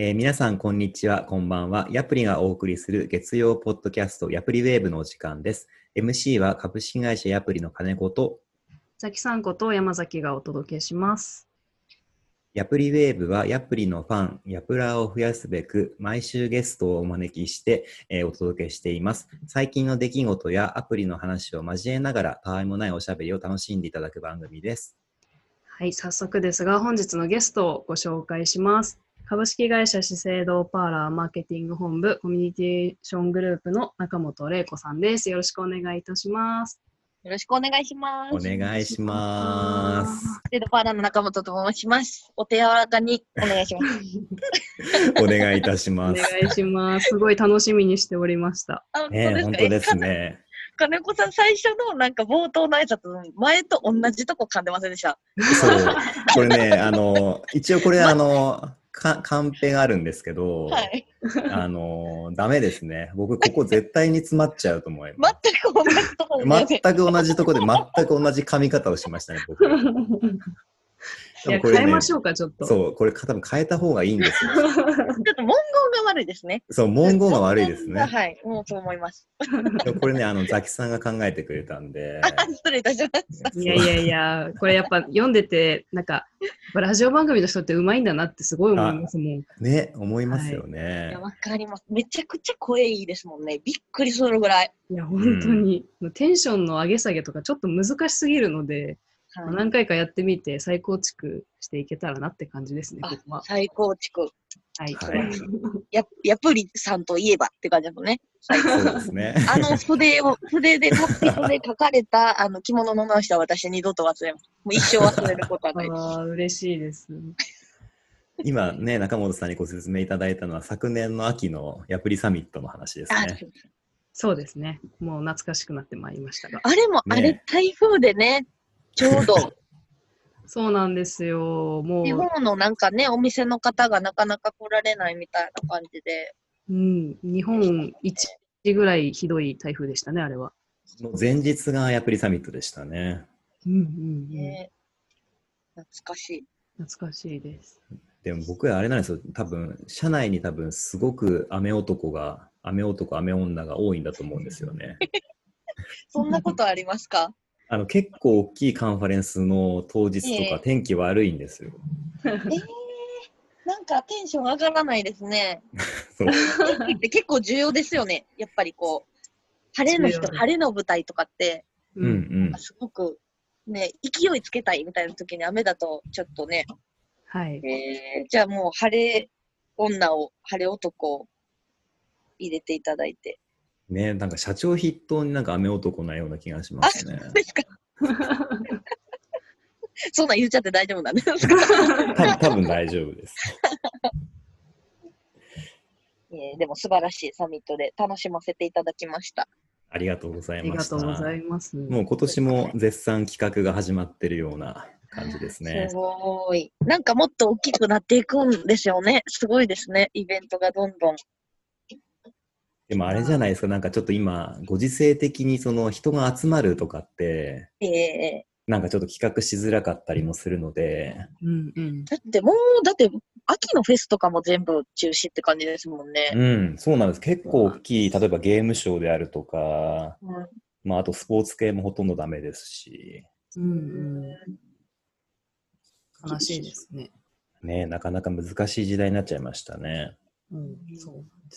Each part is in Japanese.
皆さん、こんにちは、こんばんは。ヤプリがお送りする月曜ポッドキャスト、ヤプリウェーブのお時間です。MC は株式会社ヤプリの金子と、 ザキさんこと山崎がお届けします。 ヤプリウェーブはヤプリのファン、ヤプラーを増やすべく、毎週ゲストをお招きして、お届けしています。最近の出来事やアプリの話を交えながら、たわいもないおしゃべりを楽しんでいただく番組です。 はい、早速ですが、本日のゲストをご紹介します。株式会社資生堂パーラーマーケティング本部コミュニティショングループの中本玲子さんです。よろしくお願いいたします。 よろしくお願いします。 お願いします。 資生堂パーラーの中本と申します。お手柔らかにお願いします。 お願いいたします。 お願いします。すごい楽しみにしておりました。 本当ね、 ですか？ 本当ですね。 金子さん、最初のなんか冒頭の挨拶、前と同じとこ噛んでませんでした？ そう。これね、一応これカンペがあるんですけど、 はい。 ダメですね。僕、ここ絶対に詰まっちゃうと思います。 全く同じところ全く同じとこで全く同じ噛み方をしましたね、僕。 いや、変えましょうか、ちょっと。 そう、これ多分変えた方がいいんですよ。 ちょっと文言が悪いですね。 そう、文言が悪いですね。 はい、もうそう思います。 これね、ザキさんが考えてくれたんで。 失礼いたしました。 いやいやいや、これやっぱ読んでて、なんか、ラジオ番組の人ってうまいんだなってすごい思いますもん。 ね、思いますよね。 いや、わかります。めちゃくちゃ声いいですもんね。びっくりするぐらい。 いや、本当に、テンションの上げ下げとかちょっと難しすぎるので、 はい、 何回かやってみて再構築していけたらなって感じですね、ここは。 再構築。 はい。 ヤプリさんといえばって感じだもんね。 そうですね。 筆で達筆で書かれた着物の直しは私二度と忘れます。もう一生忘れることはないです。 ああ、嬉しいです。 今ね、中本さんにご説明いただいたのは昨年の秋のヤプリサミットの話ですね。 そうですね。もう懐かしくなってまいりましたが。 あれも、ね、あれ台風でね、ちょうど。 そうなんですよ。もう。 日本のなんかね、お店の方がなかなか来られないみたいな感じで。 うん、日本一ぐらいひどい台風でしたね、あれは。 前日がヤプリサミットでしたね。 うんうんうん。 ね、懐かしい。 懐かしいです。 でも僕はあれなんですよ。多分、社内に多分すごく雨男、雨女が多いんだと思うんですよね。 そんなことありますか？ 結構大きいカンファレンスの当日とか天気悪いんですよ。 なんかテンション上がらないですね。 そう。 天気って結構重要ですよね。やっぱりこう、晴れの舞台とかって、すごくね、勢いつけたいみたいな時に雨だとちょっとね、 はい。 じゃあもう晴れ男を入れていただいて。 ね、なんか社長筆頭になんか雨男なような気がしますね。 そうですか。そんなん言っちゃって大丈夫なんですか？ 多分大丈夫です。 でも素晴らしいサミットで楽しませていただきました。 ありがとうございました。 ありがとうございます。 もう今年も絶賛企画が始まってるような感じですね。 すごい。なんかもっと大きくなっていくんですよね。すごいですね。イベントがどんどん。 でもあれじゃないですか、なんかちょっと今、ご時世的にその人が集まるとかって、なんかちょっと企画しづらかったりもするので。 だって秋のフェスとかも全部中止って感じですもんね。 うん、そうなんです。結構大きい、例えばゲームショーであるとか、まああとスポーツ系もほとんどダメですし。 悲しいですね。 ね、なかなか難しい時代になっちゃいましたね。 そうなんです。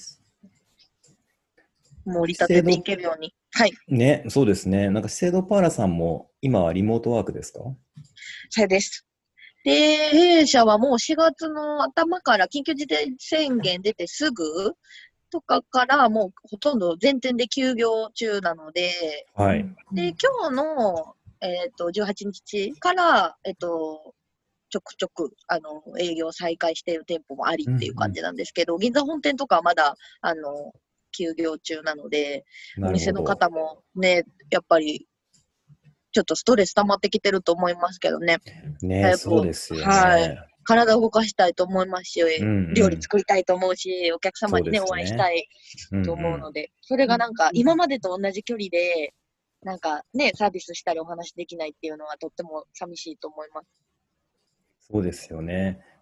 盛り立てていけるように。はい。 ね、そうですね。なんか資生堂パーラさんも今はリモートワークですか？ そうです。で、弊社はもう4月の頭から緊急事態宣言出てすぐとかからもうほとんど全店で休業中なので、 はい。 で、今日の、18日から、ちょくちょく、営業再開している店舗もありっていう感じなんですけど、銀座本店とかはまだ、休業中なので、お店の方もね、やっぱり、ちょっとストレス溜まってきてると思いますけどね。 ね、そうですよね。 はい。体を動かしたいと思いますし、料理作りたいと思うし、お客様にね、お会いしたいと思うので、それがなんか、今までと同じ距離で、なんかね、サービスしたりお話できないっていうのはとっても寂しいと思います。 そうですよね。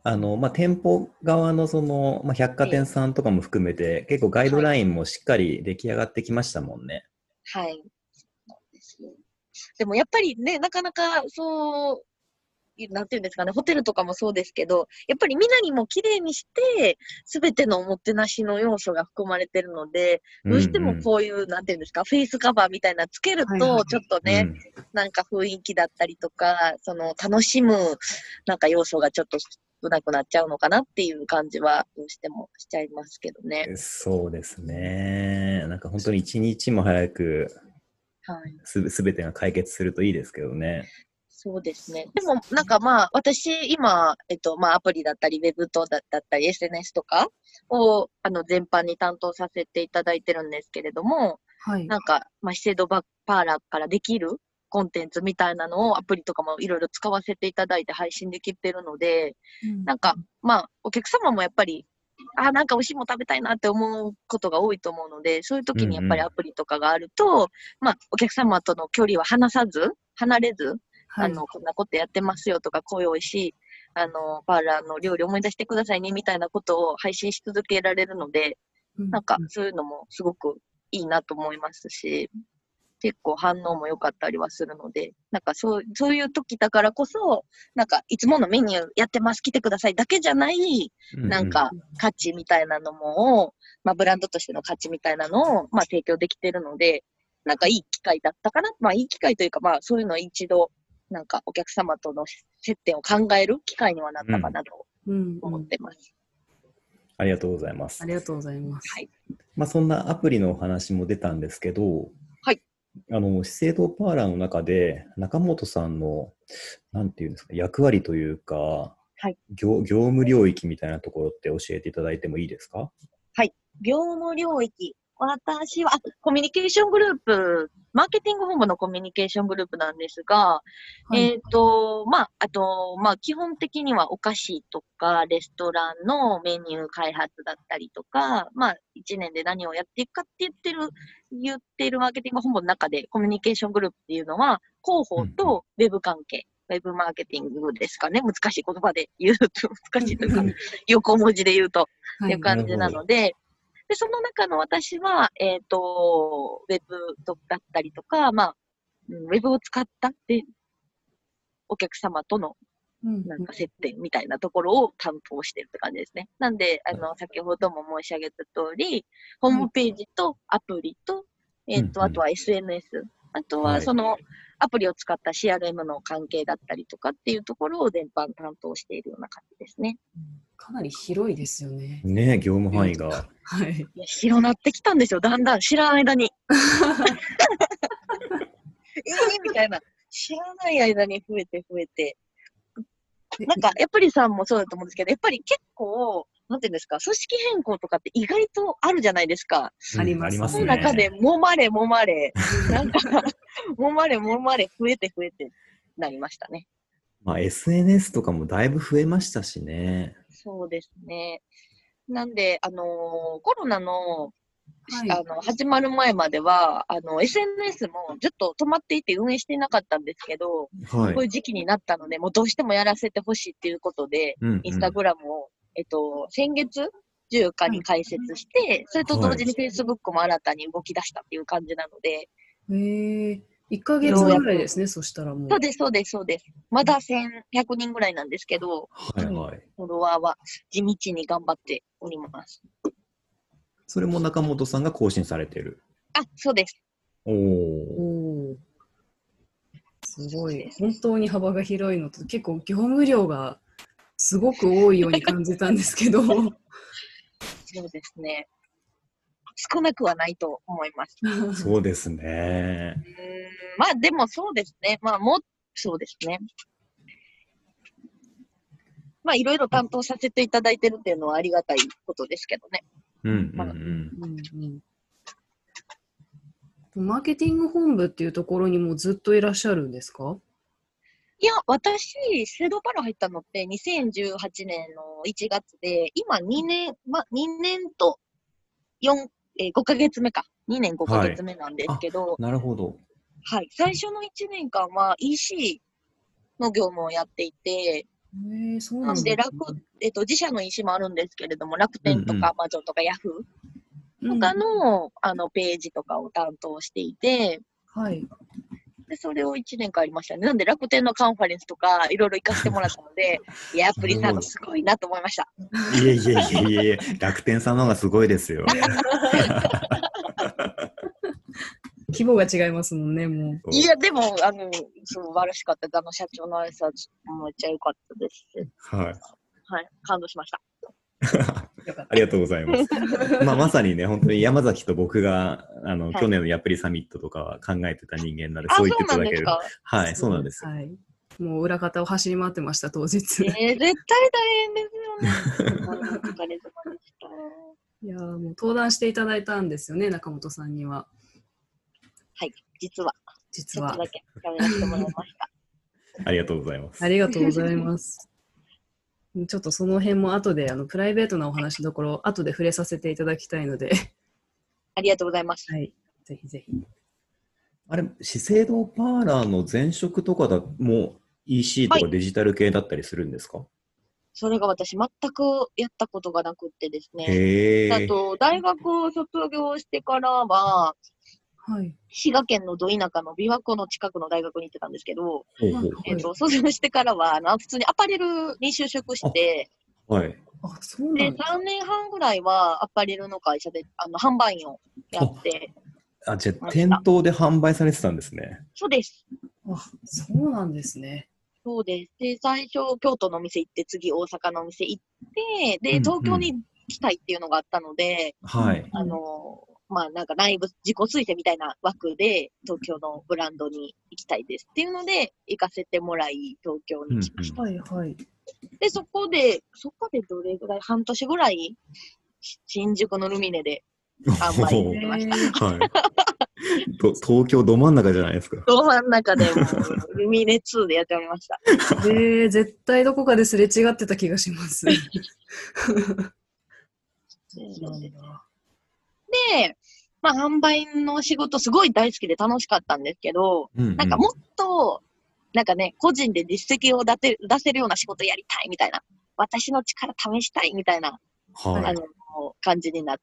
店舗側の百貨店さんとかも含めて、結構ガイドラインもしっかり出来上がってきましたもんね。 はい。そうなんですよ。でもやっぱりね、なかなかなんていうんですかね、ホテルとかもそうですけど、やっぱりみんなにも綺麗にして、すべてのおもてなしの要素が含まれてるので、どうしてもこういう、なんていうんですか、フェイスカバーみたいなつけると、ちょっとね、なんか雰囲気だったりとか、楽しむ、なんか要素がちょっと少なくなっちゃうのかなっていう感じは、どうしてもしちゃいますけどね。 そうですね。なんか本当に一日も早く、すべてが解決するといいですけどね。 そうですね。でも、なんか私、今、アプリだったり、ウェブだったり、SNS とかを、全般に担当させていただいてるんですけれども、なんか、資生堂パーラーからできるコンテンツみたいなのをアプリとかもいろいろ使わせていただいて配信できてるので、なんか、お客様もやっぱり、なんか美味しいもの食べたいなって思うことが多いと思うので、そういう時にやっぱりアプリとかがあると、お客様との距離は離れず、こんなことやってますよとか、こういう美味しい、パーラーの料理思い出してくださいね、みたいなことを配信し続けられるので、なんか、そういうのもすごくいいなと思いますし、結構反応も良かったりはするので、なんかそういう時だからこそ、なんか、いつものメニューやってます、来てくださいだけじゃない、なんか、価値みたいなのも、ブランドとしての価値みたいなのを、提供できてるので、なんかいい機会だったかな。いい機会というか、そういうのを一度、なんかお客様との接点を考える機会にはなったかなと思ってます。 ありがとうございます。 ありがとうございます。 はい。 そんなアプリのお話も出たんですけど、 はい。 資生堂パーラーの中で中本さんの、なんていうんですか、役割というか、 はい。 業務領域みたいなところって教えていただいてもいいですか？ はい。業務領域。私は、コミュニケーショングループ、マーケティング本部のコミュニケーショングループなんですが、基本的にはお菓子とか、レストランのメニュー開発だったりとか、一年で何をやっていくかって言っているマーケティング本部の中で、コミュニケーショングループっていうのは、広報とウェブ関係。ウェブマーケティングですかね。難しい言葉で言うと、難しいというか、横文字で言うと、っていう感じなので、で、その中の私は、ウェブだったりとか、ウェブを使ったで、お客様との、なんか接点みたいなところを担当してるって感じですね。なんで、先ほども申し上げた通り、ホームページとアプリと、あとは SNS、あとはアプリを使った CRM の関係だったりとかっていうところを全般担当しているような感じですね。 かなり広いですよね。 ねえ、業務範囲が。 はい。 いや、広なってきたんですよ、だんだん知らん間に。みたいな。知らない間に増えて。なんか、やっぱりさんもそうだと思うんですけど、やっぱり結構、なんていうんですか、組織変更とかって意外とあるじゃないですか。 ありますね。 その中で、もまれ、なんか、もまれ、増えてなりましたね。 SNS とかもだいぶ増えましたしね。 そうですね。なんで、コロナの、始まる前までは、SNS もずっと止まっていて運営していなかったんですけど、こういう時期になったので、もうどうしてもやらせてほしいっていうことで、インスタグラムを、先月14日に開設して、それと同時に Facebook も新たに動き出したっていう感じなので。 1ヶ月ぐらいですね、そしたらもう。 そうです。まだ1100人ぐらいなんですけど、フォロワーは地道に頑張っております。 それも中本さんが更新されてる？ そうです。 すごい。本当に幅が広いのと、結構業務量がすごく多いように感じたんですけど。 そうですね。少なくはないと思います。 そうですね。 でもそうですね。そうですね。いろいろ担当させていただいてるっていうのはありがたいことですけどね。 マーケティング本部っていうところにもずっといらっしゃるんですか？ いや、私、資生堂パラ入ったのって2018年の1月で、今2年と5ヶ月目か。2年5ヶ月目なんですけど。 なるほど。 はい。最初の1年間は EC の業務をやっていて、 そうななんでんです自社の石もあるんですけれども、楽天とうんうんかアマゾンとかヤフーね。 とかの、ページとかを担当していて、 はい。 で、それを1年間やりましたね。なんで楽天のカンファレンスとかいろいろ行かせてもらったので、いや、アプリさんなるほど。 すごいなと思いました。 いえいえいえいえ、楽天さんの方がすごいですよ。 規模が違いますもんね、もう。 いや、でも、素晴らしかったです。社長の挨拶もめっちゃ良かったですし。 はい。 はい、感動しました。 よかった。 ありがとうございます。まさにね、本当に山崎と僕が、 はい、 去年のヤプリサミットとかは考えてた人間なので、 あ、 そう言っていそうなただけると。 んですか。 はい、そうなんですよ。 はい。もう裏方を走り回ってました、当日。 絶対大変ですよね。お疲れ様でした。 いやもう登壇していただいたんですよね、中本さんには。 はい、実は。 実は。 ちょっとだけ喋らせてもらいました。 ありがとうございます。 ありがとうございます。ちょっとその辺も後でプライベートなお話どころ後で触れさせていただきたいのでありがとうございます。 はい、ぜひぜひ。 あれ、資生堂パーラーの前職とかも EC とかデジタル系だったりするんですか？ それが私全くやったことがなくってですね。 へー。 あと、大学を卒業してからは、 はい。 滋賀県のど田舎の琵琶湖の近くの大学に行ってたんですけど、 ほうほう卒業してからは、普通にアパレルに就職して、 はい。 あ、そうなで、 んだ。 3年半ぐらいはアパレルの会社で、販売員をやってじゃあ、 ました。 店頭で販売されてたんですね。 そうです。 あ、そうなんですね。 そうです。で、最初、京都のお店行って、次、大阪のお店行って、で、 うんうん東京に来たいっていうのがあったので、 はい。 なんか内部自己推薦みたいな枠で、東京のブランドに行きたいですっていうので、行かせてもらい、東京に来ました。 はいはい。 で、そこでどれぐらい、半年ぐらい、新宿のルミネで販売してました。 はい。東京ど真ん中じゃないですか。 ど真ん中でもう、ルミネ2でやっておりました。 絶対どこかですれ違ってた気がします。なんだ。 で、販売の仕事すごい大好きで楽しかったんですけど、なんかもっと、なんかね、個人で実績を出せるような仕事やりたいみたいな、私の力試したいみたいな、 はい、 感じになって、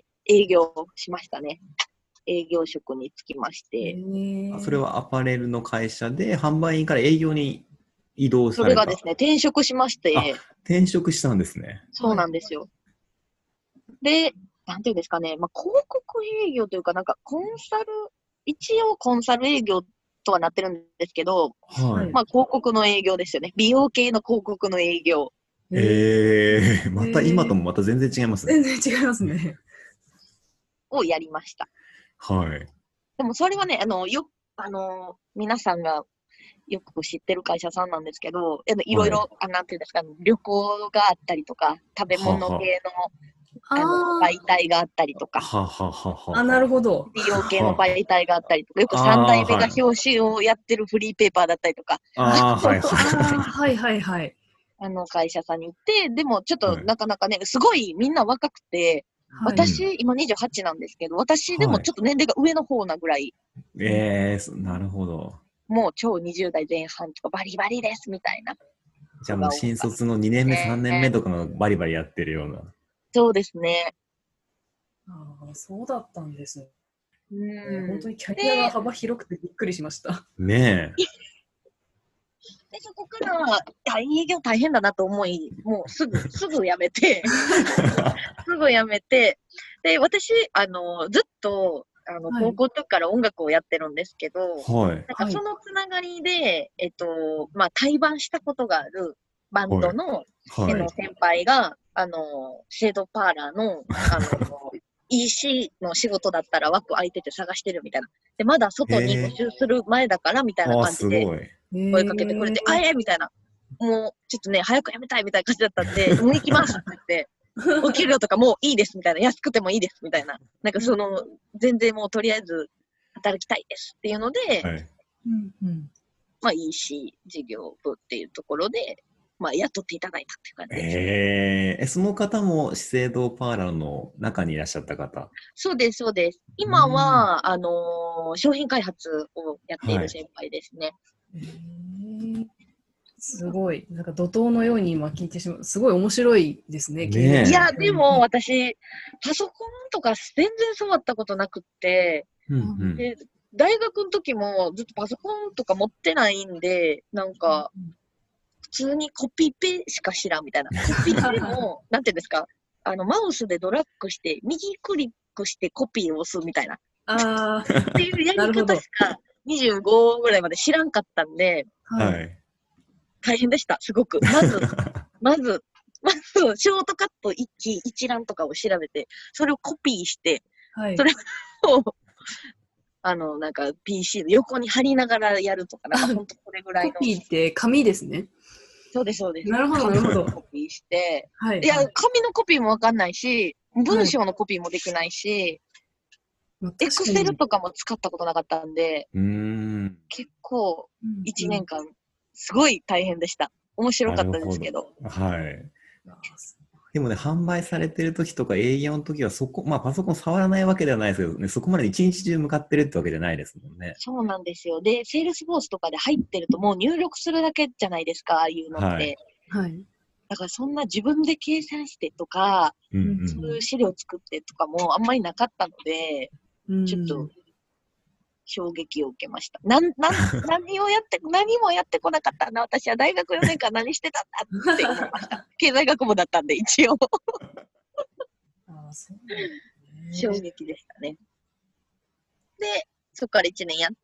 営業しましたね。営業職に就きまして。 それはアパレルの会社で販売員から営業に移動された。 それがですね、転職しまして。 転職したんですね。 そうなんですよ。で、なんていうんですかね、広告営業というか、なんか一応コンサル営業とはなってるんですけど、 はい。 広告の営業ですよね。美容系の広告の営業。 また今ともまた全然違いますね。 全然違いますね。 をやりました。 はい。 でもそれはね、皆さんがよく知ってる会社さんなんですけど、いろいろ、なんていうんですか、旅行があったりとか、食べ物系の媒体があったりとか、 なるほど。 美容系の媒体があったりとか、よく3代目が表紙をやってるフリーペーパーだったりとか、 はいはいはい。 会社さんに行って、でもちょっとなかなかね、すごいみんな若くて、私、今28なんですけど、私でもちょっと年齢が上の方なぐらい。 なるほど。 もう超20代前半とかバリバリですみたいな。 じゃあもう新卒の2年目、3年目とかのバリバリやってるような。 そうですね。 そうだったんですね。本当にキャリアが幅広くてびっくりしました。 ねえ。 で、そこから営業大変だなと思い、もうすぐ辞めて、すぐ辞めて、で、私、ずっと、高校の時から音楽をやってるんですけど、なんかそのつながりで、対バンしたことがあるバンドの、先輩が、シェードパーラーの、EC の仕事だったら枠空いてて探してるみたいな。で、まだ外に募集する前だからみたいな感じで声かけてくれて、みたいな。もう、ちょっとね、早く辞めたいみたいな感じだったんで、もう行きますって言って、お給料とかもういいですみたいな、安くてもいいですみたいな。なんか全然もうとりあえず働きたいですっていうので、EC 事業部っていうところで、雇っていただいたっていう感じです。 その方も資生堂パーラーの中にいらっしゃった方？ そうです、そうです。今は、商品開発をやっている先輩ですね。 すごい。なんか怒涛のように今聞いてしまう。すごい面白いですね。 ねえいや、でも私、パソコンとか全然触ったことなくって、 うんうんで、大学の時もずっとパソコンとか持ってないんで、なんか、普通にコピペしか知らんみたいな。コピペも、なんていうんですか、マウスでドラッグして、右クリックしてコピーを押すみたいな。 あっていうやなるほどり方しか25ぐらいまで知らんかったんで、 あ、はい。 はい。 大変でした、すごく。まず、ショートカット一覧とかを調べて、それをコピーして、 はいそ。れを、なんか PC の横に貼りながらやるとか、なんかほんとこれぐらいの。 コピーって紙ですね。 そうです、そうです。 なるほど、なるほど。 コピーして、 はい。 いや、 はい紙のコピーもわかんないし、文章のコピーもできないし、 まあエク確かに。 セルとかも使ったことなかったんで、 うーん。 結構うん 1年間、すごい大変でした。面白かったですけど。 はい。 あすでもね、販売されてる時とか営業の時はまあパソコン触らないわけではないですけどね、そこまで一日中向かってるってわけじゃないですもんね。 そうなんですよ。で、セールスフォースとかで入ってるともう入力するだけじゃないですか、ああいうのって。 はい。 はい。 だからそんな自分で計算してとか、 うんそういう資料作ってとかもあんまりなかったので、 うんちょっと衝撃を受けました。何もやってこなかったな。私は大学4年間何してたんだって思いました。経済学部だったんで、一応。 あそうなんです衝ね。 撃でしたね。で、そこから1年やって、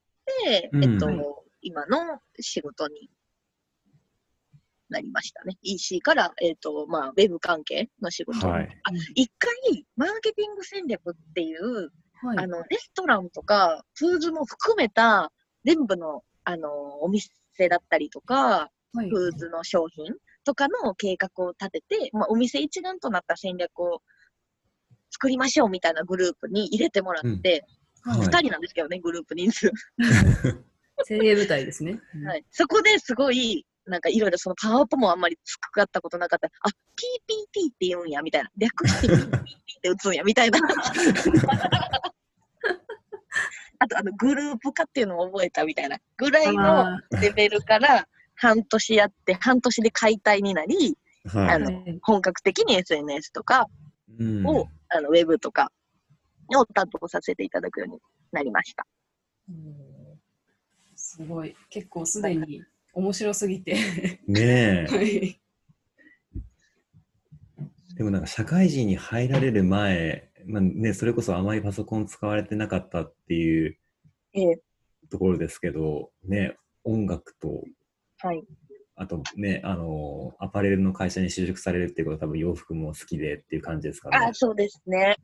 うん今の仕事になりましたね。EC から、まあ、ウェブ関係の仕事。 はい。 一回、マーケティング戦略っていう、 はい。 レストランとか、フーズも含めた、全部の、お店だったりとか、 はい。 フーズの商品とかの計画を立てて、まあ、お店一丸となった戦略を作りましょうみたいなグループに入れてもらって、 はい 2人なんですけどね、グループ人数。 精鋭部隊ですね。 はい。そこですごい、なんかいろいろそのパワーポもあんまり使ったことなかった。あ、PPT って言うんや、みたいな。略して PPT って打つんや、みたいな。あと、グループ化っていうのを覚えたみたいなぐらいのレベルから半年やって、半年で解体になり、 はい。 本格的に SNS とかうんを、ウェブとかを担当させていただくようになりました。 すごい。結構すでに面白すぎて。 ねえ。 はい。 でもなんか社会人に入られる前、まあね、それこそあまりパソコン使われてなかったっていうええところですけど、ね、音楽と、 はい。 あとね、アパレルの会社に就職されるっていうことは多分洋服も好きでっていう感じですかね。 そうですね。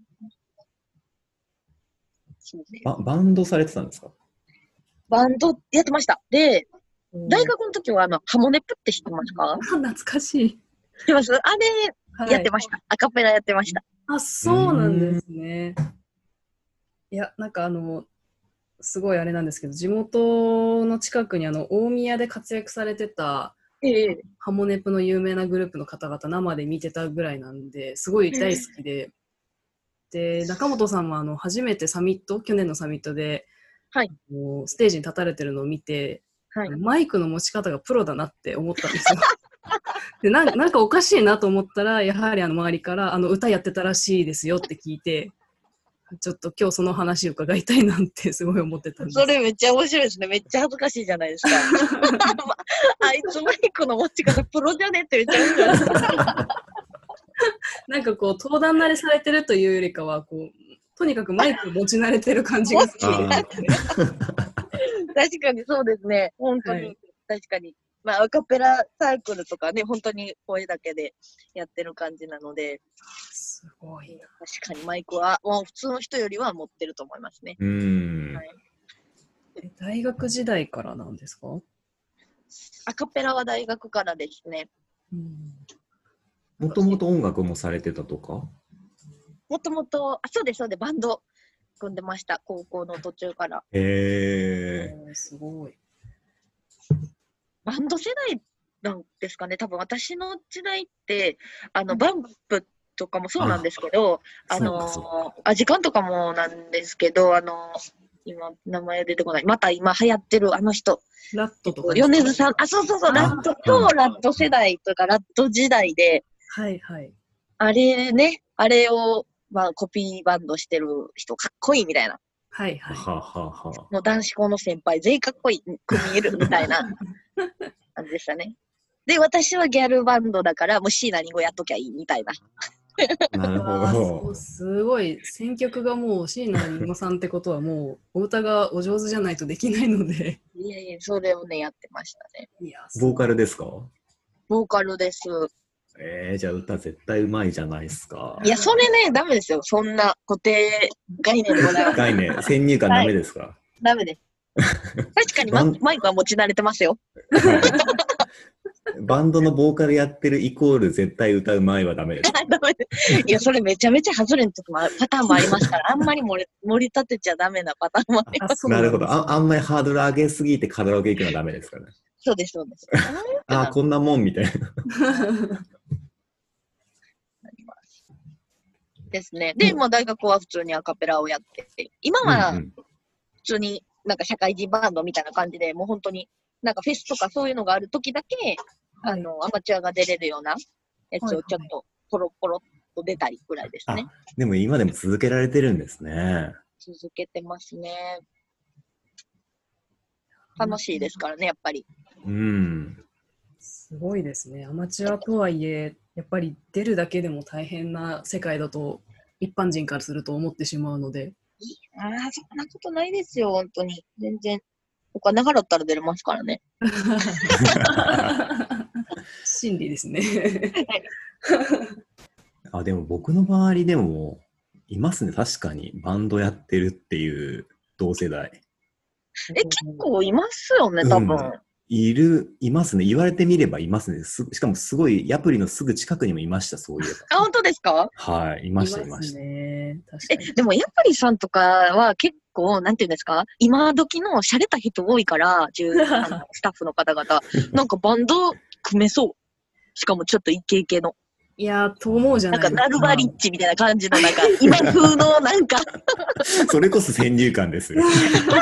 そうです。 バンドされてたんですか？ バンドやってました。で、大学の時はハモネプって知ってますか？ 懐かしい。 知ってます？あはいれ、やってました。アカペラやってました。 あ、そうなんですね。いや、なんかすごいあれなんですけど、地元の近くに大宮で活躍されてたええハモネプの有名なグループの方々生で見てたぐらいなんで、すごい大好きで、で、中本さんも初めて去年のサミットで、 はいステージに立たれてるのを見て、 はい。 マイクの持ち方がプロだなって思ったんですよ。でなんかおかしいなと思ったら、やはり周りから歌やってたらしいですよって聞いて、ちょっと今日その話を伺いたいなんてすごい思ってたんです。 それめっちゃ面白いですね。めっちゃ恥ずかしいじゃないですか。あいつマイクの持ち方プロじゃねってめっちゃ面白いです。 なんかこう登壇慣れされてるというよりかはとにかくマイクを持ち慣れてる感じがする。 確かにそうですね。本当に、 はい確かに。まあ、アカペラサークルとかね、本当に声だけでやってる感じなので、 すごいな。 確かにマイクは、もう普通の人よりは持ってると思いますね。はい大学時代からなんですか？ アカペラは大学からですね。 もともと音楽もされてたとか？ もともと、そうです、バンド組んでました、高校の途中から。 へすごい。 バンド世代なんですかね、多分私の時代って、バンプとかもそうなんですけど、 そうかそう時間とかもなんですけど、 今、名前出てこない。また今流行ってるあの人。 ラットとかですか。 米津さん。あ、そうそうそう、ラットとラット世代とか、ラット時代で、 はいはい。 あれね、あれを、まあ、コピーバンドしてる人、かっこいいみたいな。 はいはい。 はあはあはあ。 もう男子校の先輩、全員かっこいいく見えるみたいな感じでしたね。で、私はギャルバンドだから、もう椎名林檎やっときゃいいみたいな。 なるほど。 すごい、選曲がもう椎名林檎さんってことはもう、お歌がお上手じゃないとできないので。 いやいや、それをね、やってましたね。 いや、 ボーカルですか？ ボーカルです。 じゃあ歌絶対うまいじゃないですか。 いや、それね、ダメですよ。そんな固定概念でございます。 概念、先入観ダメですか？はい、 ダメです。確かにマイクは持ち慣れてますよ。 バンドのボーカルやってるイコール絶対歌うまいはダメです。 ダメです。いや、それめちゃめちゃ外れの時もパターンもありますから、あんまり盛り立てちゃダメなパターンもあります。 なるほど。あんまりハードル上げすぎてカラオケ行くのはダメですからね。 そうです、そうです。 こんなもんみたいな。 ですね。で、まあ大学は普通にアカペラをやってて、今は普通になんか社会人バンドみたいな感じで、もう本当になんかフェスとかそういうのがある時だけ、アマチュアが出れるようなやつをちょっとポロポロっと出たりくらいですね。 でも今でも続けられてるんですね。 続けてますね。楽しいですからね、やっぱり。 すごいですね。アマチュアとはいえ、やっぱり出るだけでも大変な世界だと一般人からすると思ってしまうので。 そんなことないですよ、本当に。全然。お金払ったら出れますからね。 真理ですね。 でも僕の周りでもいますね。確かにバンドやってるっていう同世代。 結構いますよね、多分。 いますね。言われてみればいますね。しかもすごい、アプリのすぐ近くにもいました、そういえば。 本当ですか？ はい、いました。 でも、ヤプリさんとかは結構、なんていうんですか？今時の洒落た人多いから、スタッフの方々。なんかバンド組めそう。しかもちょっとイケイケの。 いやー、と思うじゃないですか。 なんか、ナルバリッチみたいな感じの、なんか、今風の、なんか。 それこそ先入観ですよ。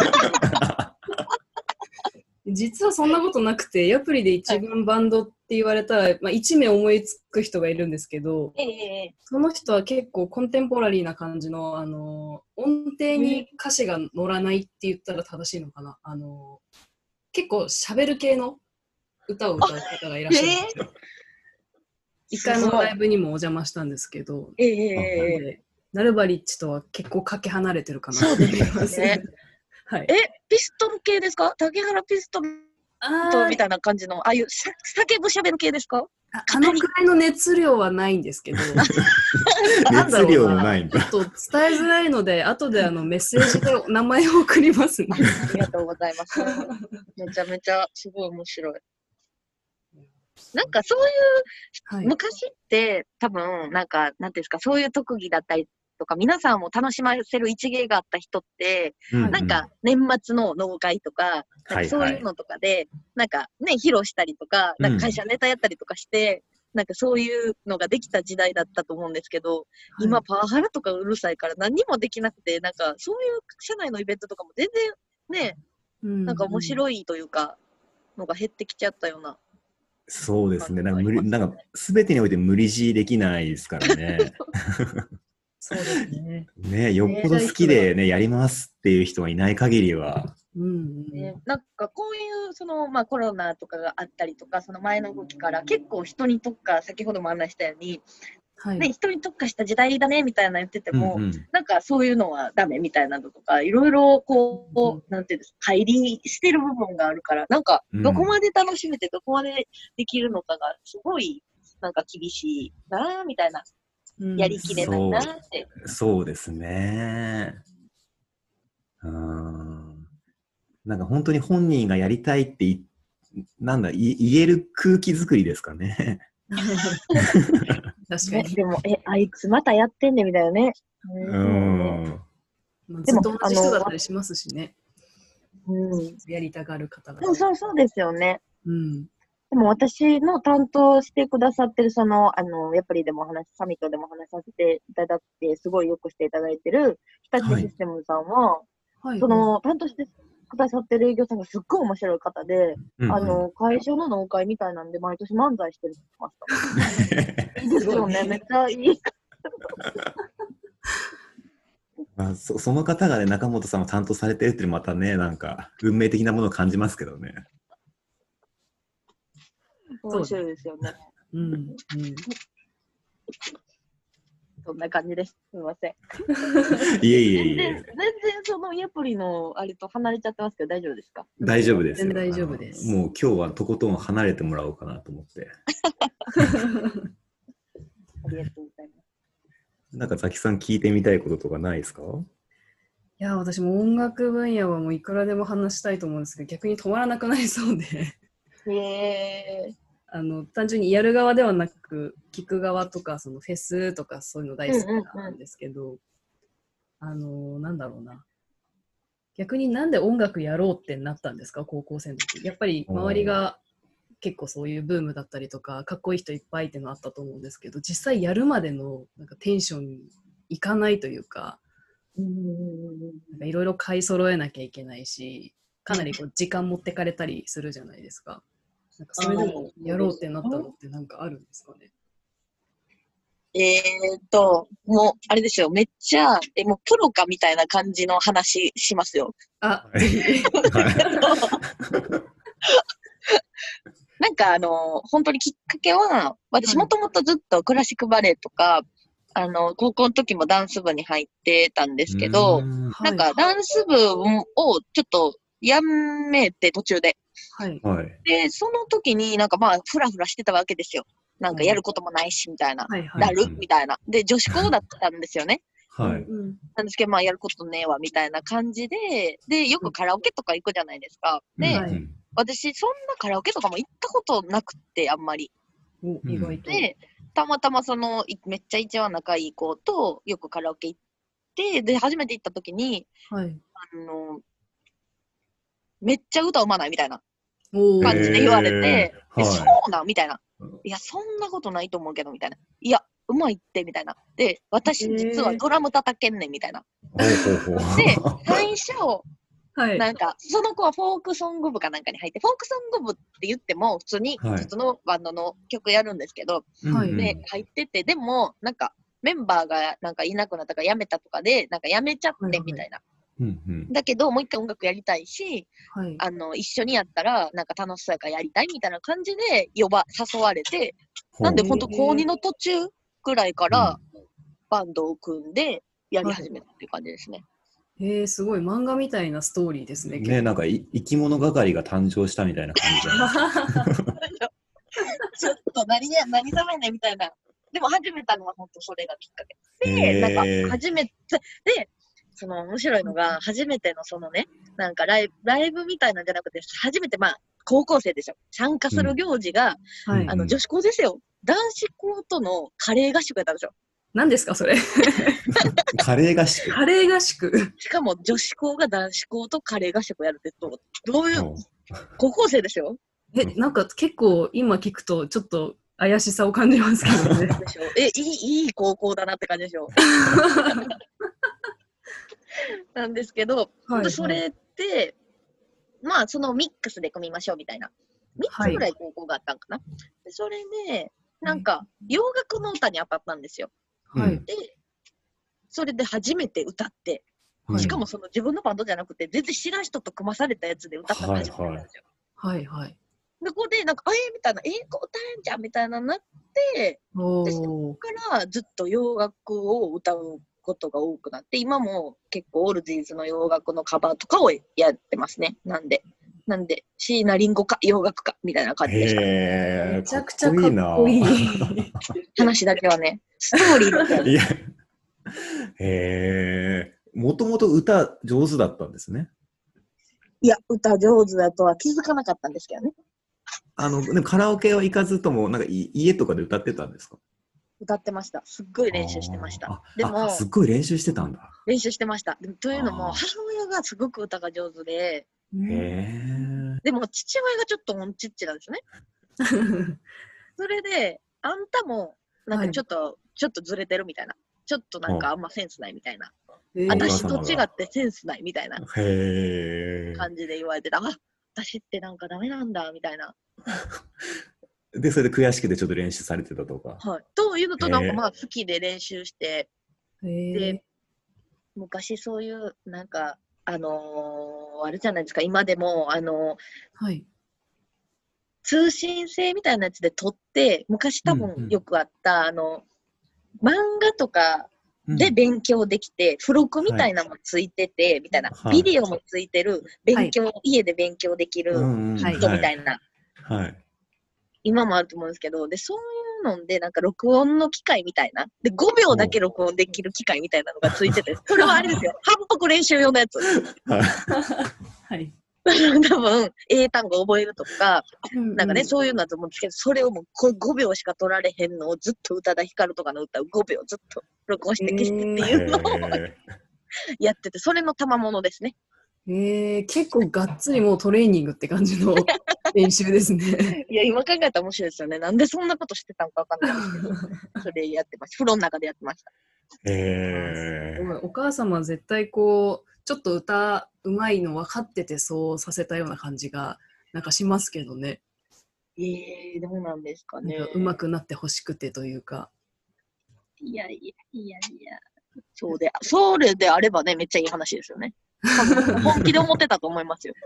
実はそんなことなくて、ヤプリで一番バンドって言われたら、1名思いつく人がいるんですけど、その人は結構コンテンポラリーな感じの、音程に歌詞が乗らないって言ったら正しいのかな。結構喋る系の歌を歌う方がいらっしゃるんですよ。一回もライブにもお邪魔したんですけど、ナルバリッチとは結構かけ離れてるかなと思いますね。はい、 ピストル系ですか？竹原ピストルみたいな感じの、ああいう叫ぶ喋る系ですか？ あのくらいの熱量はないんですけど、 熱量はないんだ。 ちょっと伝えづらいので、後でメッセージで名前を送りますね。 ありがとうございます。めちゃめちゃすごい面白い。なんかそういう、昔って多分、なんか、なんていうんですか、そういう特技だったりとか、皆さんも楽しませる一芸があった人って、なんか年末の農会とか、なんかそういうのとかで、なんかね、披露したりとか、なんか会社ネタやったりとかして、なんかそういうのができた時代だったと思うんですけど、今パワハラとかうるさいから何にもできなくて、なんかそういう社内のイベントとかも全然ね、なんか面白いというか、のが減ってきちゃったような。 そうですね。なんか全てにおいて無理強いできないですからね。 そうですね。 ね、よっぽど好きでね、やりますっていう人がいない限りは。 なんかこういうコロナとかがあったりとか、その前の動きから結構人に特化、先ほども話したように、人に特化した時代だねみたいな言ってても、なんかそういうのはダメみたいなのとか、いろいろこう、なんていうんですか、乖離してる部分があるから、なんかどこまで楽しめてどこまでできるのかがすごいなんか厳しいなみたいな、やりきれないなって。 そうですね。なんか本当に本人がやりたいって言える空気作りですかね。 確かに。 でも、あいつまたやってんねみたいなね。 ずっと同じ人だったりしますしね。やりたがる方が。 そうですよね。でも私の担当してくださってる、やっぱりサミットでも話させていただいて、すごいよくしていただいてる、日立システムさんは、 はい。 その、担当してくださってる営業さんがすっごい面白い方で、 うん会社の農会みたいなんで毎年漫才してるって言ってました。いいですよね。めっちゃいい。 まあ、その方がね、中本さんを担当されてるっていうのまたね、なんか、運命的なものを感じますけどね。 面白いですよね。 うん。うん。 そんな感じです。すみません。 いえいえいえ、 全然そのヤプリのあれと離れちゃってますけど大丈夫ですか？ 大丈夫ですよ。 大丈夫です。 もう今日はとことん離れてもらおうかなと思って。 ありがとうございます。 なんかザキさん聞いてみたいこととかないですか？ いや、私も音楽分野はもういくらでも話したいと思うんですけど、逆に止まらなくなりそうでへ単純にやる側ではなく、聞く側とか、そのフェスとかそういうの大好きなんですけど、なんだろうな。逆になんで音楽やろうってなったんですか、高校生の時。やっぱり周りが結構そういうブームだったりとか、かっこいい人いっぱいっていうのあったと思うんですけど、実際やるまでのなんかテンションにいかないというか、いろいろ買い揃えなきゃいけないし、かなりこう時間持ってかれたりするじゃないですか。なんかそれでもやろうってなったのってなんかあるんですかね。 もう、あれですよ、めっちゃ、もうプロかみたいな感じの話しますよ。 あ、ぜひ。 なんか本当にきっかけは、私もともとずっとクラシックバレエとか、高校の時もダンス部に入ってたんですけど、なんかダンス部をちょっとやめて途中で。 はい。 で、その時になんかまあ、ふらふらしてたわけですよ。なんかやることもないし、みたいな。だるみたいな。で、女子校だったんですよね。 はい。 なんですけど、まあ、やることねえわ、みたいな感じで、で、よくカラオケとか行くじゃないですか。で、私、そんなカラオケとかも行ったことなくって、あんまり。 意外と。 で、たまたまめっちゃ一番仲いい子とよくカラオケ行って、で、初めて行った時に、めっちゃ歌うまないみたいな感じで言われて、そうなんみたいな。いや、そんなことないと思うけど、みたいな。いや、うまいって、みたいな。で、私実はドラム叩けんねん、みたいな。で、最初、なんか、その子はフォークソング部かなんかに入って、フォークソング部って言っても、普通に、普通のバンドの曲やるんですけど、で、入ってて、でも、なんか、メンバーがなんかいなくなったから辞めたとかで、なんか辞めちゃってみたいな。だけど、もう一回音楽やりたいし、一緒にやったら、なんか楽しそうやからやりたいみたいな感じで誘われて、なんで本当高2の途中ぐらいからバンドを組んでやり始めたっていう感じですね。 すごい漫画みたいなストーリーですね。 ね、なんか生き物係が誕生したみたいな感じじゃないですか。 ちょっと何様やねんみたいな。でも始めたのは本当それがきっかけ。で、なんか初めて、で、その面白いのが、初めてのそのね、なんかライブみたいなんじゃなくて、初めてまあ、高校生でしょ。参加する行事が、女子校ですよ。男子校とのカレー合宿やったでしょ。 何ですか、それ。 カレー合宿。 カレー合宿。 しかも女子校が男子校とカレー合宿やるってどういう、高校生ですよ。 なんか結構今聞くとちょっと怪しさを感じますけどね。 いい高校だなって感じでしょ。なんですけど、それって、まあそのミックスで組みましょうみたいな。3つぐらい高校があったんかな。でそれで、なんか洋楽の歌に当たったんですよ。で、それで初めて歌って、しかもその自分のバンドじゃなくて、全然知らん人と組まされたやつで歌ったの初めてなんですよ。で、ここで、なんか、みたいな、歌えんじゃんみたいななって、で、そこからずっと洋楽を歌うことが多くなって、今も結構オールディーズの洋楽のカバーとかをやってますね。なんで、椎名林檎か洋楽かみたいな感じでした。 めちゃくちゃかっこいい。 話だけはね、ストーリーだけはね。もともと歌上手だったんですね。 いや、歌上手だとは気づかなかったんですけどね。 でもカラオケは行かずとも、なんか家とかで歌ってたんですか？ 歌ってました。すっごい練習してました。でも、 すっごい練習してたんだ。 練習してました。というのも、母親がすごく歌が上手で、でも父親がちょっとモンチッチなんですね。それで、あんたも、なんかちょっとずれてるみたいな。ちょっとなんかあんまセンスないみたいな。 私と違ってセンスないみたいなへ感じで言われてた。あ、私ってなんかダメなんだみたいな。 で、それで悔しくてちょっと練習されてたとか。 はい。というのと、なんかまあ好きで練習して、で、昔そういう、なんか、あれじゃないですか、今でも、 はい。 通信制みたいなやつで撮って、昔多分よくあった、漫画とかで勉強できて、付録みたいなのもついてて、みたいな、ビデオもついてる、家で勉強できるキットみたいな。 はい。 今もあると思うんですけど、で、そういうので、なんか録音の機械みたいな。で、5秒だけ録音できる機械みたいなのがついてて、それはあれですよ。反復練習用のやつ。 はい。 多分、英単語覚えるとか、なんかね、そういうのだと思うんですけど、それをもう5秒しか取られへんのをずっと宇多田ヒカルとかの歌を5秒ずっと録音して消してっていうのをやってて、それの賜物ですね。 結構がっつりもうトレーニングって感じの練習ですね。 いや、今考えたら面白いですよね。なんでそんなことしてたのかわかんないですけど、それやってました。風呂の中でやってました。 お母様は絶対こう、ちょっと歌うまいの分かっててそうさせたような感じがなんかしますけどね。 どうなんですかね。 うまくなってほしくてというか。 いや。それであればね、めっちゃいい話ですよね。本気で思ってたと思いますよ。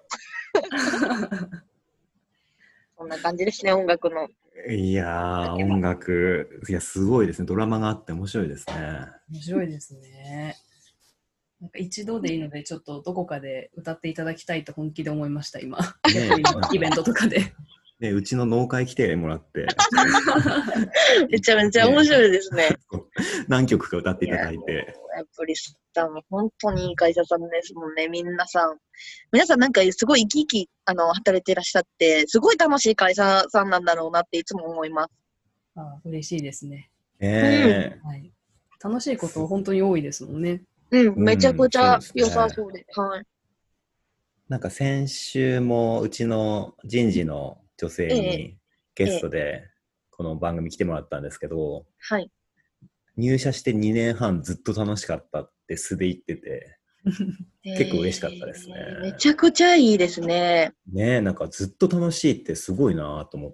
そんな感じですね、音楽の。 いやー、音楽、いや、すごいですね。ドラマがあって面白いですね。 面白いですね。なんか一度でいいので、ちょっとどこかで歌っていただきたいと本気で思いました、今。イベントとかで。 ね、うちの農会来てもらって。 めちゃめちゃ面白いですね。 何曲か歌っていただいて。 やっぱりさん、本当にいい会社さんですもんね、皆さんなんかすごい生き生き働いていらっしゃって、すごい楽しい会社さんなんだろうなっていつも思います。 嬉しいですね。 はい、 楽しいこと本当に多いですもんね。 めちゃくちゃ良さそうで。はい。 なんか先週もうちの人事の女性にゲストでこの番組来てもらったんですけど、入社して2年半ずっと楽しかったって素で言ってて、結構嬉しかったですね。 めちゃくちゃいいですね。 ねえ、なんかずっと楽しいってすごいなと思って。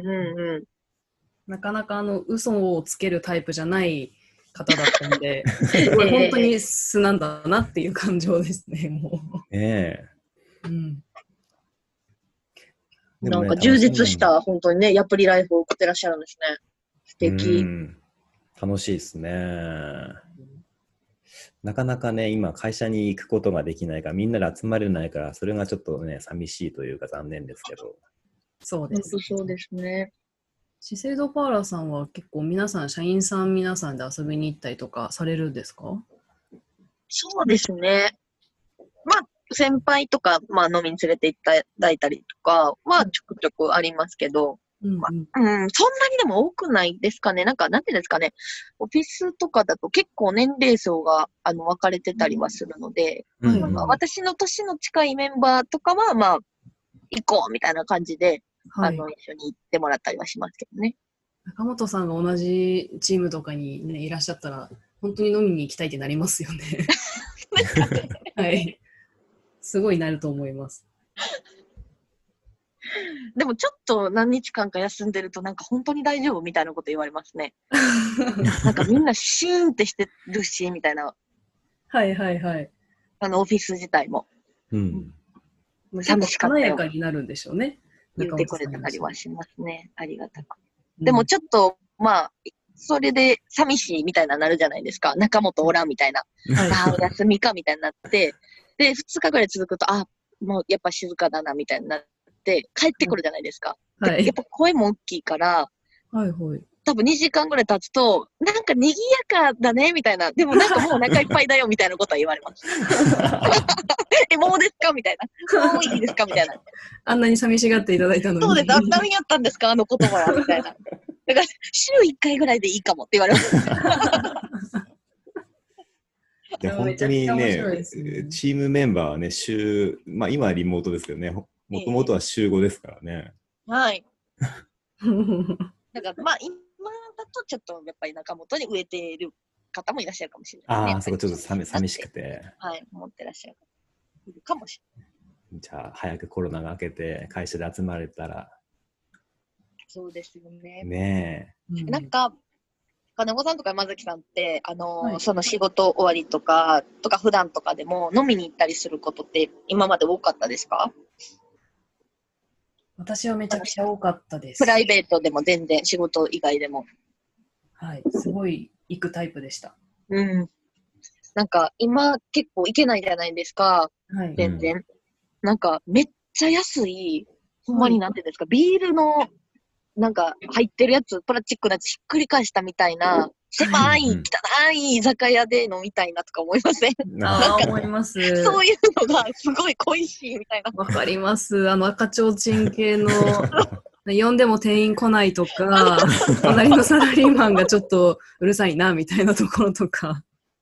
なかなか嘘をつけるタイプじゃない方だったんで、すごい本当に素なんだなっていう感情ですね、もう。 なんか充実した本当にね、ヤプリライフを送ってらっしゃるんですね。素敵。 楽しいですね。なかなかね、今会社に行くことができないから、みんなで集まれないから、それがちょっとね、寂しいというか残念ですけど。 そうです。 そうですね。 資生堂パーラーさんは結構皆さん、社員さん皆さんで遊びに行ったりとかされるんですか？ そうですね。まあ、先輩とか、まあ、飲みに連れて行っていただいたりとかはちょくちょくありますけど、そんなにでも多くないですかね。なんか、なんていうんですかね。オフィスとかだと結構年齢層が分かれてたりはするので、私の年の近いメンバーとかは、まあ、行こうみたいな感じで、一緒に行ってもらったりはしますけどね。 中本さんが同じチームとかに、ね、いらっしゃったら、本当に飲みに行きたいってなりますよね。はい。すごいなると思います。 でもちょっと何日間か休んでるとなんか本当に大丈夫みたいなこと言われますね。なんかみんなシーンってしてるし、みたいな。 はいはいはい。 オフィス自体も。 寂しかったよ。華やかになるんでしょうね。 言ってくれたりはしますね。ありがたく。でもちょっと、まあ、それで寂しいみたいななるじゃないですか。中本おらんみたいな。お休みかみたいになって。で、2日ぐらい続くと、もうやっぱ静かだなみたいになって、帰ってくるじゃないですか。やっぱ声も大きいから、多分2時間ぐらい経つと、なんか賑やかだねみたいな。でもなんかもうお腹いっぱいだよみたいなことは言われます。もうですかみたいな。もういいですかみたいな。 あんなに寂しがっていただいたのに。 そうです。何やったんですか言葉はみたいな。だから、週1回ぐらいでいいかもって言われます。 で本当にね、チームメンバーはね、まあ今はリモートですけどね、もともとは週5ですからね。 はい。だからまあ今だとちょっとやっぱり中本に植えている方もいらっしゃるかもしれないですね。 ああ、そこちょっと寂しくて。 はい、思ってらっしゃる方いるかもしれない。 じゃあ、早くコロナが明けて、会社で集まれたら。 そうですよね。 ねうんなんか、金子さんとか山崎さんって、 はい、 その仕事終わりとか普段とかでも飲みに行ったりすることって今まで多かったですか？ 私はめちゃくちゃ多かったです。 プライベートでも全然仕事以外でも。 はい、すごい行くタイプでした。 うん。なんか今結構行けないじゃないですか。 はい。 全然。なんかめっちゃ安い、ほんまはいになんていうんですか、ビールのなんか入ってるやつ、プラスチックのやつひっくり返したみたいな、狭い、 うん汚い居酒屋で飲みたいなとか思いません？ ああ、思います。 そういうのがすごい恋しいみたいな。 わかります。赤ちょうちん系の、呼んでも店員来ないとか、隣のサラリーマンがちょっとうるさいな、みたいなところとか。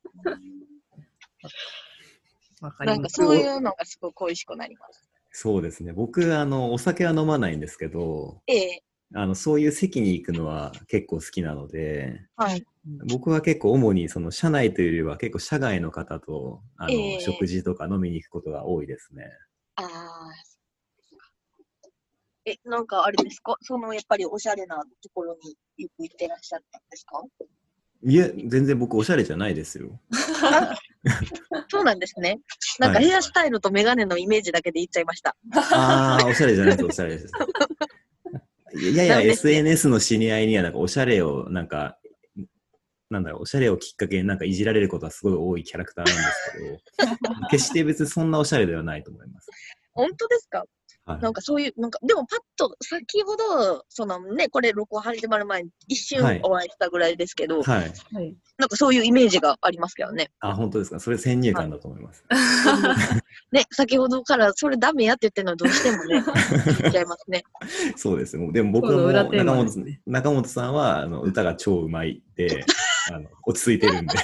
わかなんかります。 そういうのがすごい恋しくなります。 そうですね。僕、お酒は飲まないんですけど、 ええ、 そういう席に行くのは結構好きなので、 はい。 僕は結構主にその社内というよりは結構社外の方とええ、 食事とか飲みに行くことが多いですね。 ああ。なんかあれですか？やっぱりおしゃれなところによく行ってらっしゃったんですか？ いえ、全然僕おしゃれじゃないですよ。 あ、そうなんですね。なんかはい。 ヘアスタイルとメガネのイメージだけで言っちゃいました。 ああ、おしゃれじゃないです、おしゃれです。ややなんですね。 SNS の知り合いにはなんかおしゃれをおしゃれをきっかけになんかいじられることはすごい多いキャラクターなんですけど、決して別にそんなおしゃれではないと思います。 本当ですか？ はい。 なんかそういう、なんか、でもパッと、先ほど、これ録音始まる前に一瞬はい。 お会いしたぐらいですけど、 はい。 はい。 なんかそういうイメージがありますけどね。 あ、本当ですか。それ先入観だと思います。 ね、先ほどからそれダメやって言ってるのはどうしてもね、言っちゃいますね。 そうですね。でも僕今日の裏テーもマですね。 中本さんは歌が超うまいで、落ち着いてるんで。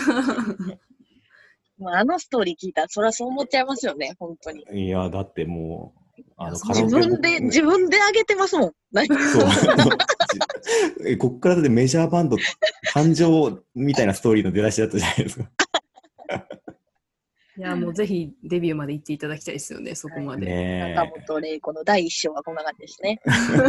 まあ、あのストーリー聞いたら、そりゃそう思っちゃいますよね、本当に。 いや、だってもう、カ自ラオケ分で上げてますもん。 そう。こっからだってメジャーバンド誕生みたいなストーリーの出だしだったじゃないですか。 いや、もうぜひデビューまで行っていただきたいですよね、そこまで。 中ね本玲子の第一章はこんな感じですね。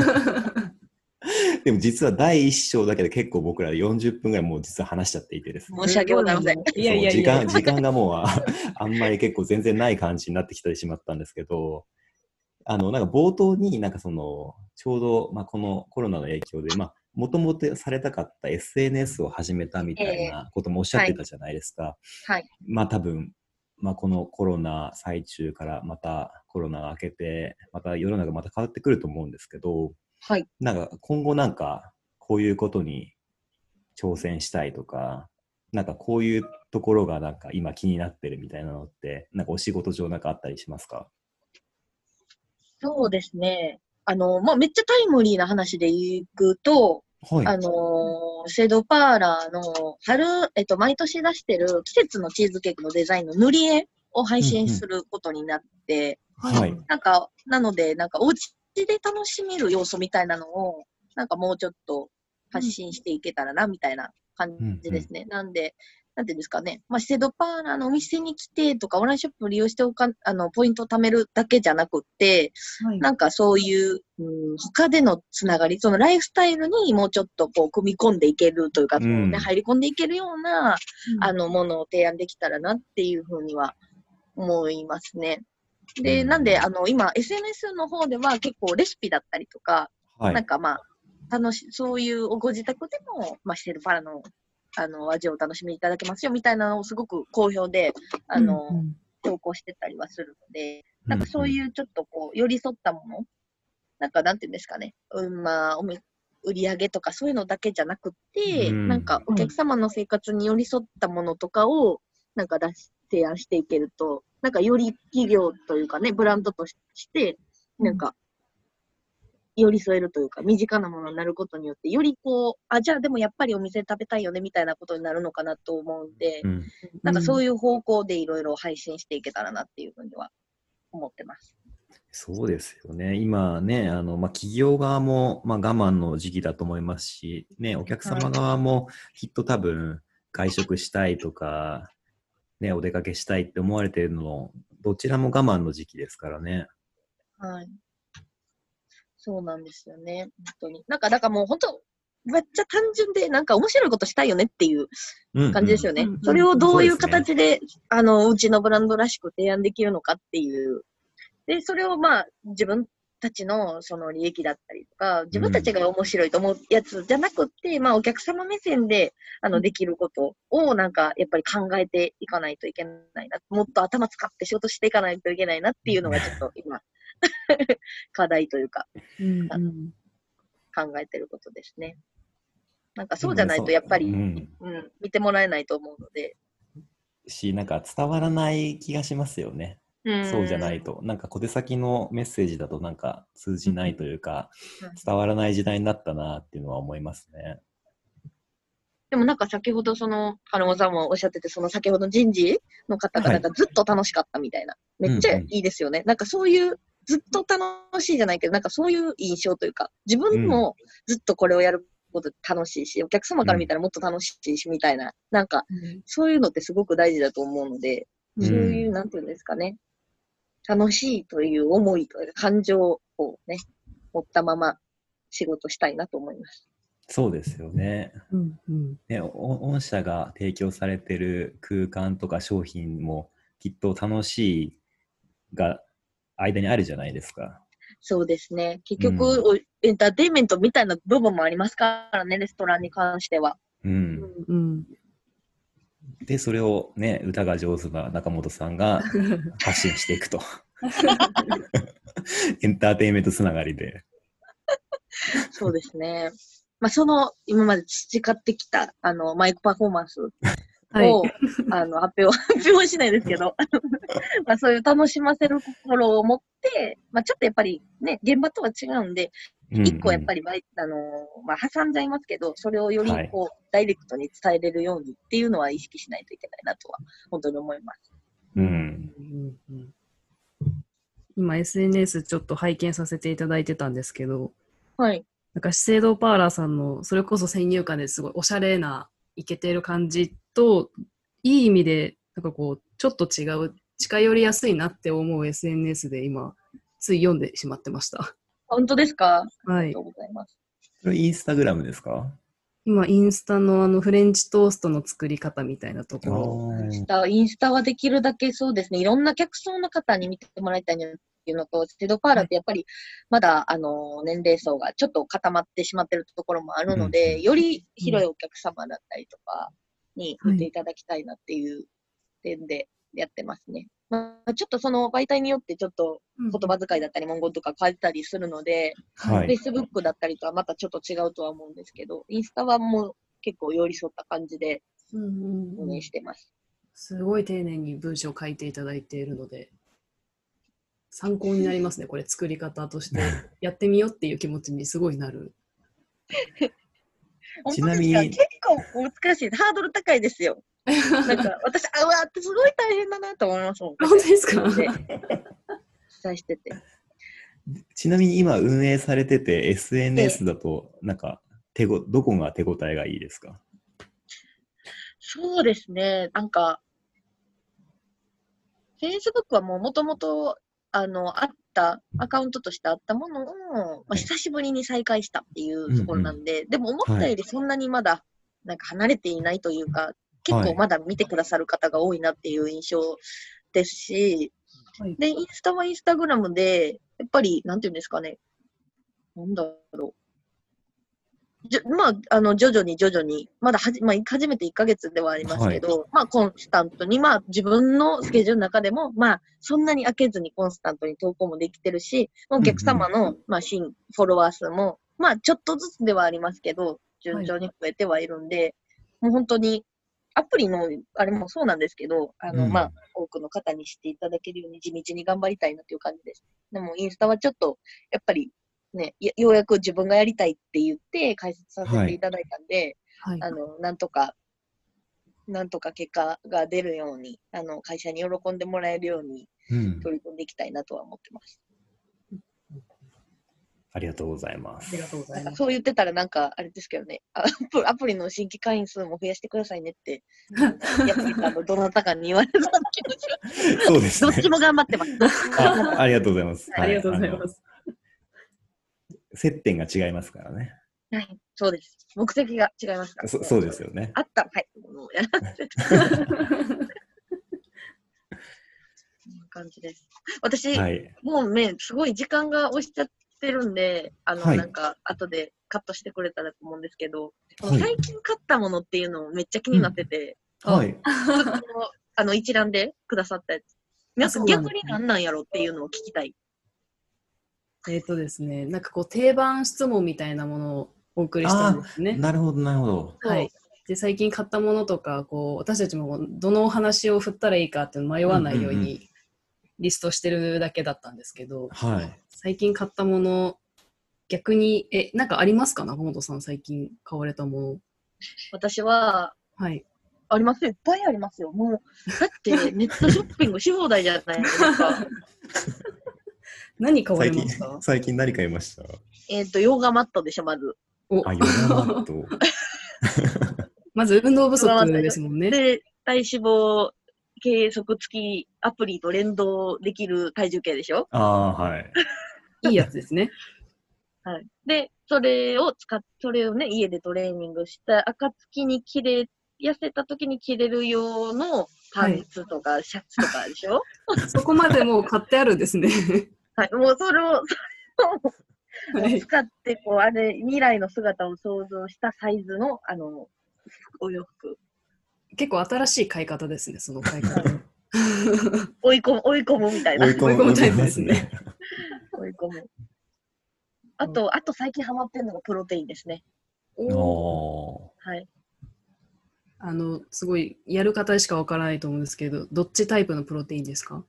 でも実は第一章だけで結構僕ら40分ぐらいもう実は話しちゃっていてですね。 申し訳ございません。 いやいやいや。 時間がもうあんまり結構全然ない感じになってきてしまったんですけど、なんか冒頭になんかちょうど、このコロナの影響で、もともとされたかった SNS を始めたみたいなこともおっしゃってたじゃないですか。 はい。 多分、このコロナ最中からまたコロナが明けて、また世の中また変わってくると思うんですけど、 はい。 なんか今後なんかこういうことに挑戦したいとか、なんかこういうところがなんか今気になってるみたいなのって、なんかお仕事上なんかあったりしますか？ そうですね。めっちゃタイムリーな話でいくと、 はい。 シェードパーラーの毎年出してる季節のチーズケーキのデザインの塗り絵を配信することになって、 はい。 なので、なんかお家で楽しめる要素みたいなのを、なんかもうちょっと発信していけたらな、みたいな感じですね。なんで、なんていうんですかね。シェドパーラーのお店に来てとか、オンラインショップを利用してポイントを貯めるだけじゃなくって、 はいなんかそういう、他でのつながり、そのライフスタイルにもうちょっとこう、組み込んでいけるというか、入り込んでいけるような、ものを提案できたらなっていうふうには思いますね。で、なんで、今、SNS の方では結構レシピだったりとか、 はい。 なんかそういうご自宅でも、シェルパラの、味をお楽しみいただけますよみたいなのをすごく好評で、投稿してたりはするので、なんかそういうちょっとこう、寄り添ったもの、なんかなんていうんですかね、売り上げとかそういうのだけじゃなくて、なんかお客様の生活に寄り添ったものとかを、なんか提案していけると、なんかより企業というかね、ブランドとして、なんか、寄り添えるというか、身近なものになることによって、よりこう、じゃあでもやっぱりお店で食べたいよね、みたいなことになるのかなと思うんで、なんかそういう方向でいろいろ配信していけたらなっていうふうには思ってます。 そうですよね。今ね、企業側も、我慢の時期だと思いますし、ね、お客様側もきっと多分、 外食したいとか、ね、お出かけしたいって思われてるのも、どちらも我慢の時期ですからね。 はい。そうなんですよね。本当に。だからもう本当、めっちゃ単純で、なんか面白いことしたいよねっていううんうん。 感じですよね。 うんうんそれをどういうそうですね。 形で、うちのブランドらしく提案できるのかっていう。で、それをまあ、自分たちのその利益だったりとか、自分たちうん。 が面白いと思うやつじゃなくって、まあ、お客様目線で、できることをなんか、やっぱり考えていかないといけないな。もっと頭使って仕事していかないといけないなっていうのがちょっと今、課題というか、 うんうん。 考えてることですね。なんかでもね、 そうじゃないと、やっぱり、 うん。 見てもらえないと思うので。 なんか伝わらない気がしますよね。 うそうじゃなーん。 いと。なんか小手先のメッセージだとなんか通じないというか、 うん伝わらない時代になったなっていうのは思いますね。 でもなんか先ほど金子さんもおっしゃってて、その先ほど人事の方がはい。 なんかずっと楽しかったみたいな。めっちゃいうんいですよね。なんかそういう、ずっと楽しいじゃないけど、なんかそういう印象というか、自うん。うん。 分もずっとこれをやること楽しいし、お客様から見うん。 たらもっと楽しいし、みたいな。なんか、 うんそういうのってすごく大事だと思うので、 うそういう、 うん。 なんていうんですかね。楽しいという思いというか感情をね、持ったまま仕事したいなと思います。 そうですよね。 うんうんね、御社が提供されてる空間とか商品もきっと楽しいが間にあるじゃないですか。 そうですね。結局、 うん。 エンターテインメントみたいな部分もありますからね、レストランに関しては。 うん。 うんで、それをね、歌が上手な中本さんが発信していくと。エンターテインメントつながりで。 そうですね。まあ、今まで培ってきた、マイクパフォーマンスはい。 を、発表はしないですけど、まあ、そういう楽しませる心を持って、まあ、ちょっとやっぱりね、現場とは違うんで、 うんう一個やっぱん。 りまあ、挟んじゃいますけど、それをよりはい。 こう、ダイレクトに伝えれるようにっていうのは意識しないといけないなとは、本当に思います。 ううんん。 うんうん。今 SNS ちょっと拝見させていただいてたんですけど、 はい。 なんか資生堂パーラーさんのそれこそ先入観ですごいおしゃれなイケてる感じと、いい意味でなんかこうちょっと違う、近寄りやすいなって思う SNS で今つい読んでしまってました。 本当ですか？ありはい。 がとうございます。 それインスタグラムですか？ 今インスタのフレンチトーストの作り方みたいなとああころ。 ー、 インスタはできるだけそうですね、いろんな客層の方に見てもらいたいなっていうのと、セドパーラはい。 ってやっぱりまだ、年齢層がちょっと固まってしまってるところもあるうんうので、 ん。 よりうん。 広いお客様だったりとかにはい。 見ていただきたいなっていう点でやってますね。まあ、ちょっとその媒体によってちょっとうんうん。 言葉遣いだったり文言とか変えたりするので、 はい。 はい。 Facebook だったりとはまたちょっと違うとは思うんですけど、インスタはもう結構寄り添った感じでうんうん運うん。 営してます。 すごい丁寧に文章を書いていただいているので、参考になりますね。これ作り方としてやってみようっていう気持ちにすごいなる。 ち本当ですか？結なみに、 構難しい。ハードル高いですよ。なんか、私、うわーってすごい大変だなと思いますもん。なんか、 本当ですか？ 自分で記載してて。 今運営されてて SNS で、 だと、なんか、どこが手応えがいいですか？ そうですね。なんか、Facebook はもう元々、あったアカウントとしてあったものを、まあ、 はい。 久しぶりに再開したっていうところうんうん。 なんで、でも思ったよはい。 りそんなにまだ、なんか離れていないというか、結はい。 構まだ見てくださる方が多いなっていう印象ですし、 はい。 で、インスタはインスタグラムで、やっぱり、なんていうんですかね、なんだろまあ、徐々に、まだまあ、初めて1ヶ月ではありますはい。 けど、まあ、コンスタントに、まあ、自分のスケジュールの中でも、まあ、そんなに開けずにコンスタントに投稿もできてるし、おうんう客様ん。 の、まあ、フォロワー数も、まあ、ちょっとずつではありますけど、順はい。 調に増えてはいるんで、もう本当に、アプリの、あれもそうなんですけど、まあ、 うん。 多くの方に知っていただけるように地道に頑張りたいなという感じです。でも、インスタはちょっと、やっぱり、ね、ようやく自分がやりたいって言って解説させはい。 ていただいたんで、 はい。 なんとか、なんとか結果が出るように、会社に喜んでもらえるようにうん。 取り組んでいきたいなとは思ってます。 ありがとうございまありがす。 とうございます。 そう言ってたらなんかあれですけどね、アプリの新規会員数も増やしてくださいねって、やついたのどなたかに言われた気持ちは。 そうですね。 どっちも頑張ってます。 ありがとうございます。 ありがとうございます。 接点が違いますからね。 はい、そうです。目的が違いますから。 そうですよね。 あったら、はい。もうやらせて。そんな感じです。私、 はい。 もうね、すごい時間が押しちゃってるんで、 はいなんか、後でカットしてくれたらと思うんですけど、 はい最近買ったものっていうのもめっちゃ気になってて、 はい。 一覧でくださったやつ。なんか逆に何なんやろっていうのを聞きたい。 ですね、なんかこう定番質問みたいなものをお送りしたんですね。 なるほど、なるほど。 はい。で、最近買ったものとか、こう、私たちもどのお話を振ったらいいかっていうの迷わないようにリストしてるだけだったんですけど、 はい。 最近買ったもの、逆に、なんかありますか、中本さん、最近買われたもの。 私は、 はい。 ありますよ。いっぱいありますよ。もう、だってネットショッピングし放題じゃないですか。 何買われました？ 最近何買いました？ ヨガマットでしょ、まず。 ヨガマット。 まず運動不足ですもんね。 で、体脂肪計測付きアプリと連動できる体重計でしょ。 はい。 いいやつですね。 はい。で、それをね、家でトレーニングした暁に痩せた時に着れる用のパンツとかシャツとかでしょ。 そこまでもう買ってあるんですね。 はい。もうそれを使って、未来の姿を想像したサイズの、お洋服。 結構新しい買い方ですね、その買い方。 追い込むみたいな。 追い込むタイプですね。 追い込む。あと最近ハマってるのがプロテインですね。 はい。 すごい、やる方しかわからないと思うんですけど、どっちタイプのプロテインですか？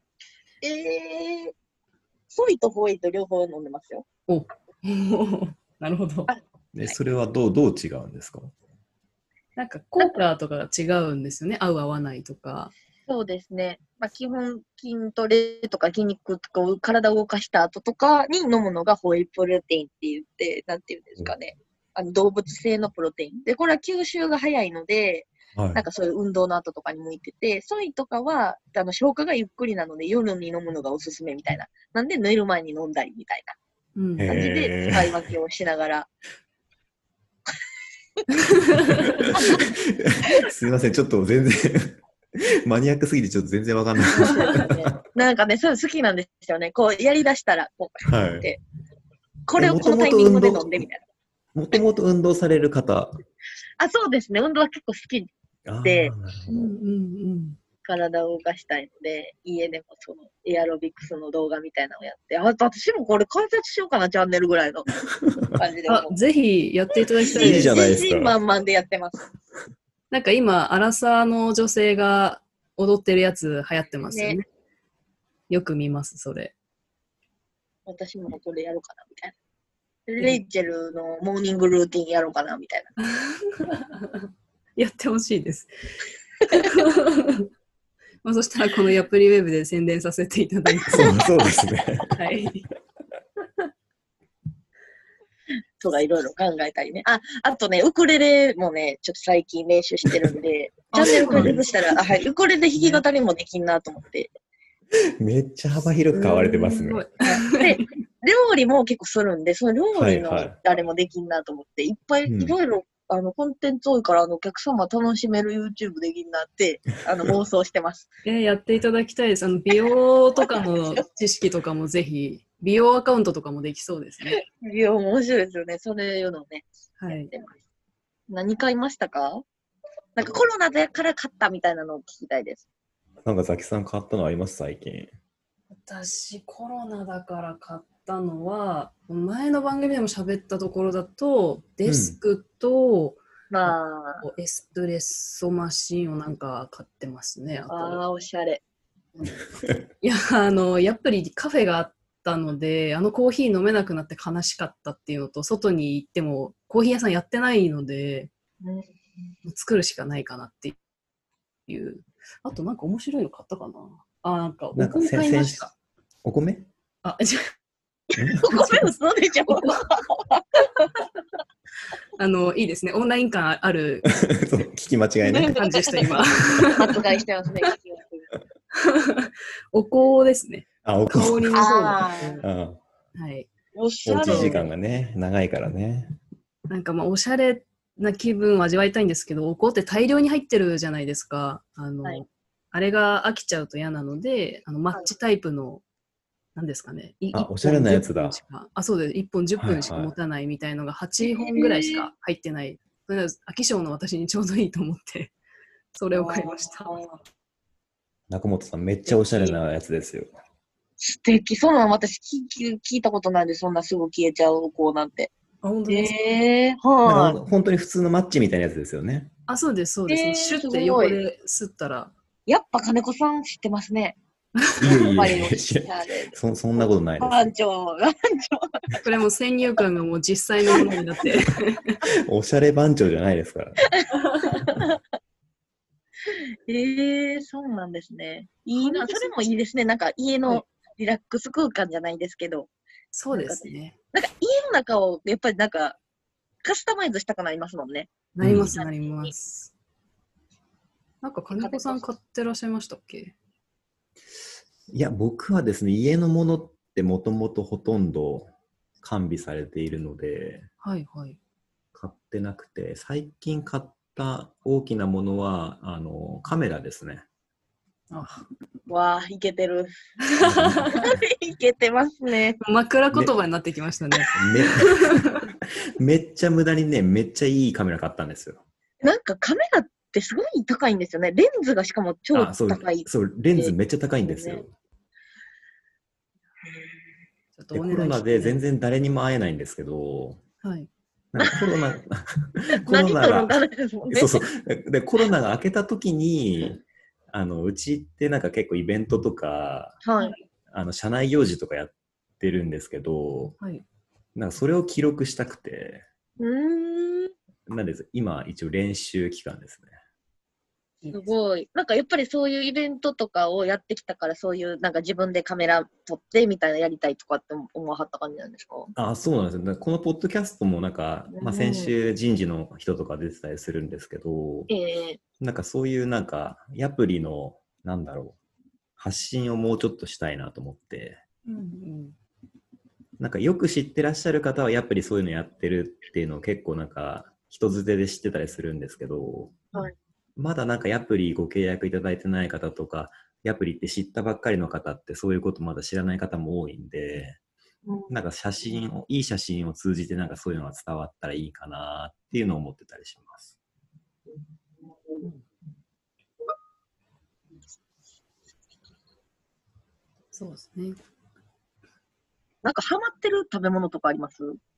ソイとホエイと両方飲んでますよ。 なるほど。 で、それはどう違うんですか？ なんか効果とかが違うんですよね。合う合わないとか。 そうですね。基本筋トレとか筋肉とかを体を動かした後とかに飲むのがホエイプロテインって言って、なんていうんですかね。動物性のプロテイン。で、これは吸収が早いので、なんかそういう運動の後とかに向いてて、ソイとかは消化がゆっくりなので夜に飲むのがおすすめみたいな。なんで寝る前に飲んだりみたいな感じで使い分けをしながら。 すみません、ちょっと全然マニアックすぎてちょっと全然わかんない。 なんかね、そういうの好きなんですよね。こうやりだしたらこうやって、これをこのタイミングで飲んでみたいな。もともと運動される方。 そうですね。運動は結構好きで、体を動かしたいので、家でもそのエアロビクスの動画みたいなのをやって、私もこれ解説しようかな、チャンネルぐらいの感じで。 ぜひやっていただきたいです。 いいじゃないですか。 自信満々でやってます。 なんか今、アラサーの女性が踊ってるやつ流行ってますよね。よく見ます、それ。 私もこれやろうかな、みたいな。レイチェルのモーニングルーティンやろうかな、みたいな。 やってほしいです。そしたらこのヤプリウェブで宣伝させていただいて。 そうですね。 はい。 とかいろいろ考えたりね。あとね、ウクレレもね、ちょっと最近練習してるんで、チャンネル解説したら、ウクレレ弾き語りもできんなと思って。 めっちゃ幅広く買われてますね。 で、料理も結構するんで、その料理のあれもできんなと思って、いっぱいいろいろコンテンツ多いから、お客様楽しめる YouTube できんなって、妄想してます。 やっていただきたいです。美容とかの知識とかもぜひ、美容アカウントとかもできそうですね。 美容面白いですよね。それいうのね。 はい。 何買いましたか？なんかコロナでから買ったみたいなのを聞きたいです。 なんかザキさん買ったのあります最近？ 私、コロナだから買ったのは、前の番組でも喋ったところだと、デスクと、エスプレッソマシンをなんか買ってますね。 おしゃれ。 いや、やっぱりカフェがあったので、コーヒー飲めなくなって悲しかったっていうのと、外に行ってもコーヒー屋さんやってないので、作るしかないかなっていう。あとなんか面白いの買ったかな。なんかお米買いました。 お米？ これ嘘でしょ。 いいですね。オンライン感あるそう聞き間違いね。 感じでした、今。 間違いしてますね。 お香ですね。 あ、お香りの方のああはい。 おしゃれ。 おうち時間がね、長いからね。 なんかまあ、おしゃれな気分を味わいたいんですけど、お香って大量に入ってるじゃないですか。 はいあれが飽きちゃうと嫌なので、マッチタイプの、なんですかね。 あ、お 1 しゃれ本10 なやつだ。 分しか、あ、そうです。1本10分しか持たないみたいのが8本ぐらいしか入ってない。それが飽き性の私にちょうどいいと思って、それを買いました。 中本さん、めっちゃおしゃれなやつですよ。 素敵。そうなの、私聞いたことないんで、そんなすぐ消えちゃう子なんて。 あ、本当ですか。 は本当に普通のマッチみたいなやつですよね。 あ、そうです、そうです。シュッすてごい。 横で吸ったら。 やっぱ金子さん知ってますね。 いえいやっぱりおえいえ、 しゃれ。 そんなことないです。 番長。 これも先入観がもう実際のものになって。 おしゃれ番長じゃないですからね。 そうなんですね。いいな。それもいいですね。なんか家はいのリラックス空間じゃないですけど。 そうですね。 なんか家の中をやっぱりなんかカスタマイズしたくなりますもんね。 なります、 うんなります。なんか金子さん買ってらっしゃいましたっけ？ いや、僕はですね、家のものってもともとほとんど完備されているので、 はいはい。 買ってなくて、最近買った大きなものは、カメラですね。 あ、 わあ、いけてる。いけてますね。 枕言葉になってきましたね。 めっちゃ無駄にね、めっちゃいいカメラ買ったんですよ。 なんかカメラってすごい高いんですよね。レンズがしかも超あ、そう、 高い。 レンズめっちゃ高いんですよ。で、 ちょっとおコロナ値段聞きで全然誰にも会えないんですけど、 はい。 なんかコロナ何撮るんが、 だろうですもんね。 そうそう。で、コロナが明けた時に、うちってなんか結構イベントとか、 はい。 社内行事とかやってるんですけど、 はい。 なんかそれを記録したくて、 うーん。 なんで今一応練習期間ですね。 すいいです。 ごい。なんかやっぱりそういうイベントとかをやってきたから、そういうなんか自分でカメラ撮ってみたいなやりたいとかって思わはった感じなんですか？ あ、そうなんですよ。だからこのポッドキャストもなんか、まあ、先週人事の人とか出てたりするんですけど、 ええなんかそういうなんか、アプリの、なんだろう、発信をもうちょっとしたいなと思って、 うんうん。 なんかよく知ってらっしゃる方はやっぱりそういうのやってるっていうのを結構なんか人づてで知ってたりするんですけど、 はいまだなんかアプリご契約いただいてない方とか、アプリって知ったばっかりの方ってそういうことまだ知らない方も多いんで、なんかいい写真を通じてなんかそういうのが伝わったらいいかなっていうのを思ってたりします。 そうですね。 なんかハマってる食べ物とかあります？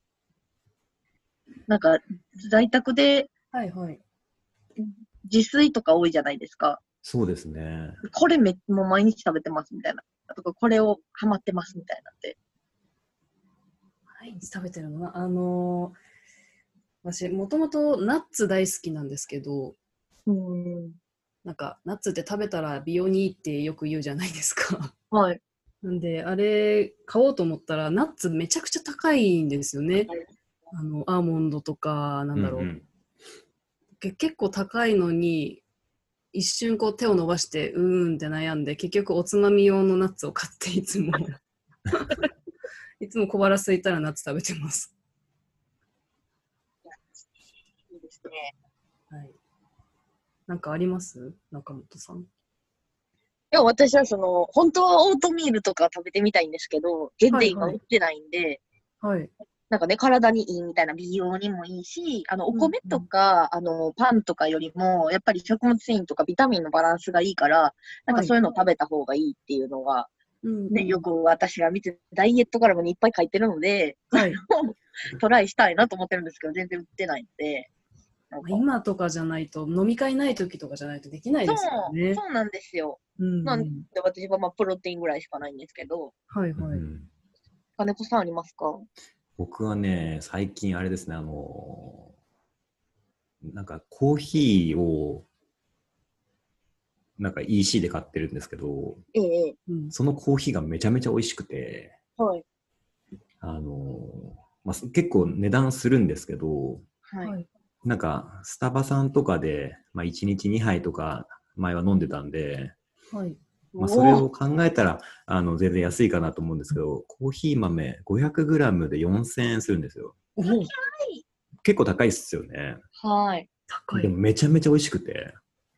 なんか在宅ではいはい。 自炊とか多いじゃないですか。 そうですね。 これもう毎日食べてますみたいな。とかこれをハマってますみたいなって。 毎日食べてるのは、私、もともとナッツ大好きなんですけど、なんか、ナッツって食べたら美容にいいってよく言うじゃないですか。 はい。 なんで、あれ、買おうと思ったら、ナッツめちゃくちゃ高いんですよね。アーモンドとか、なんだろう。 うんうん結構高いのに、一瞬こう手を伸ばして、うーんって悩んで、結局おつまみ用のナッツを買っていつも、いつも小腹空いたらナッツ食べてます。 いいですね。 はい。なんかあります中本さん。 でも私は本当はオートミールとか食べてみたいんですけど、全然今売ってないんで、 はい。 なんかね、体にいいみたいな美容にもいいし、お米とか、パンとかよりも、やっぱり食物繊維とかビタミンのバランスがいいから、なんかそういうのを食べた方がいいっていうのが、ね、よく私が見て、ダイエットからもいっぱい書いてるので、 はい。 トライしたいなと思ってるんですけど、全然売ってないので。 今とかじゃないと、飲み会ない時とかじゃないとできないですよね。 そうなんですよ。 うんなんで私はまあプロテインぐらいしかないんですけど、 はいはい。 金子さんありますか？ 僕はね、最近あれですね、なんかコーヒーをなんか EC で買ってるんですけど、 ええ、 そのコーヒーがめちゃめちゃ美味しくて、 はい。 まあ、結構値段するんですけど、 はい。 なんか、スタバさんとかで、まあ、1日2杯とか前は飲んでたんで、 はい。 まあ、それおお、 を考えたら、全然安いかなと思うんですけど、コーヒー豆 500g で4000円するんですよ。 おお、 結構高いっすよね。 はい。 高い。 でもめちゃめちゃ美味しくて。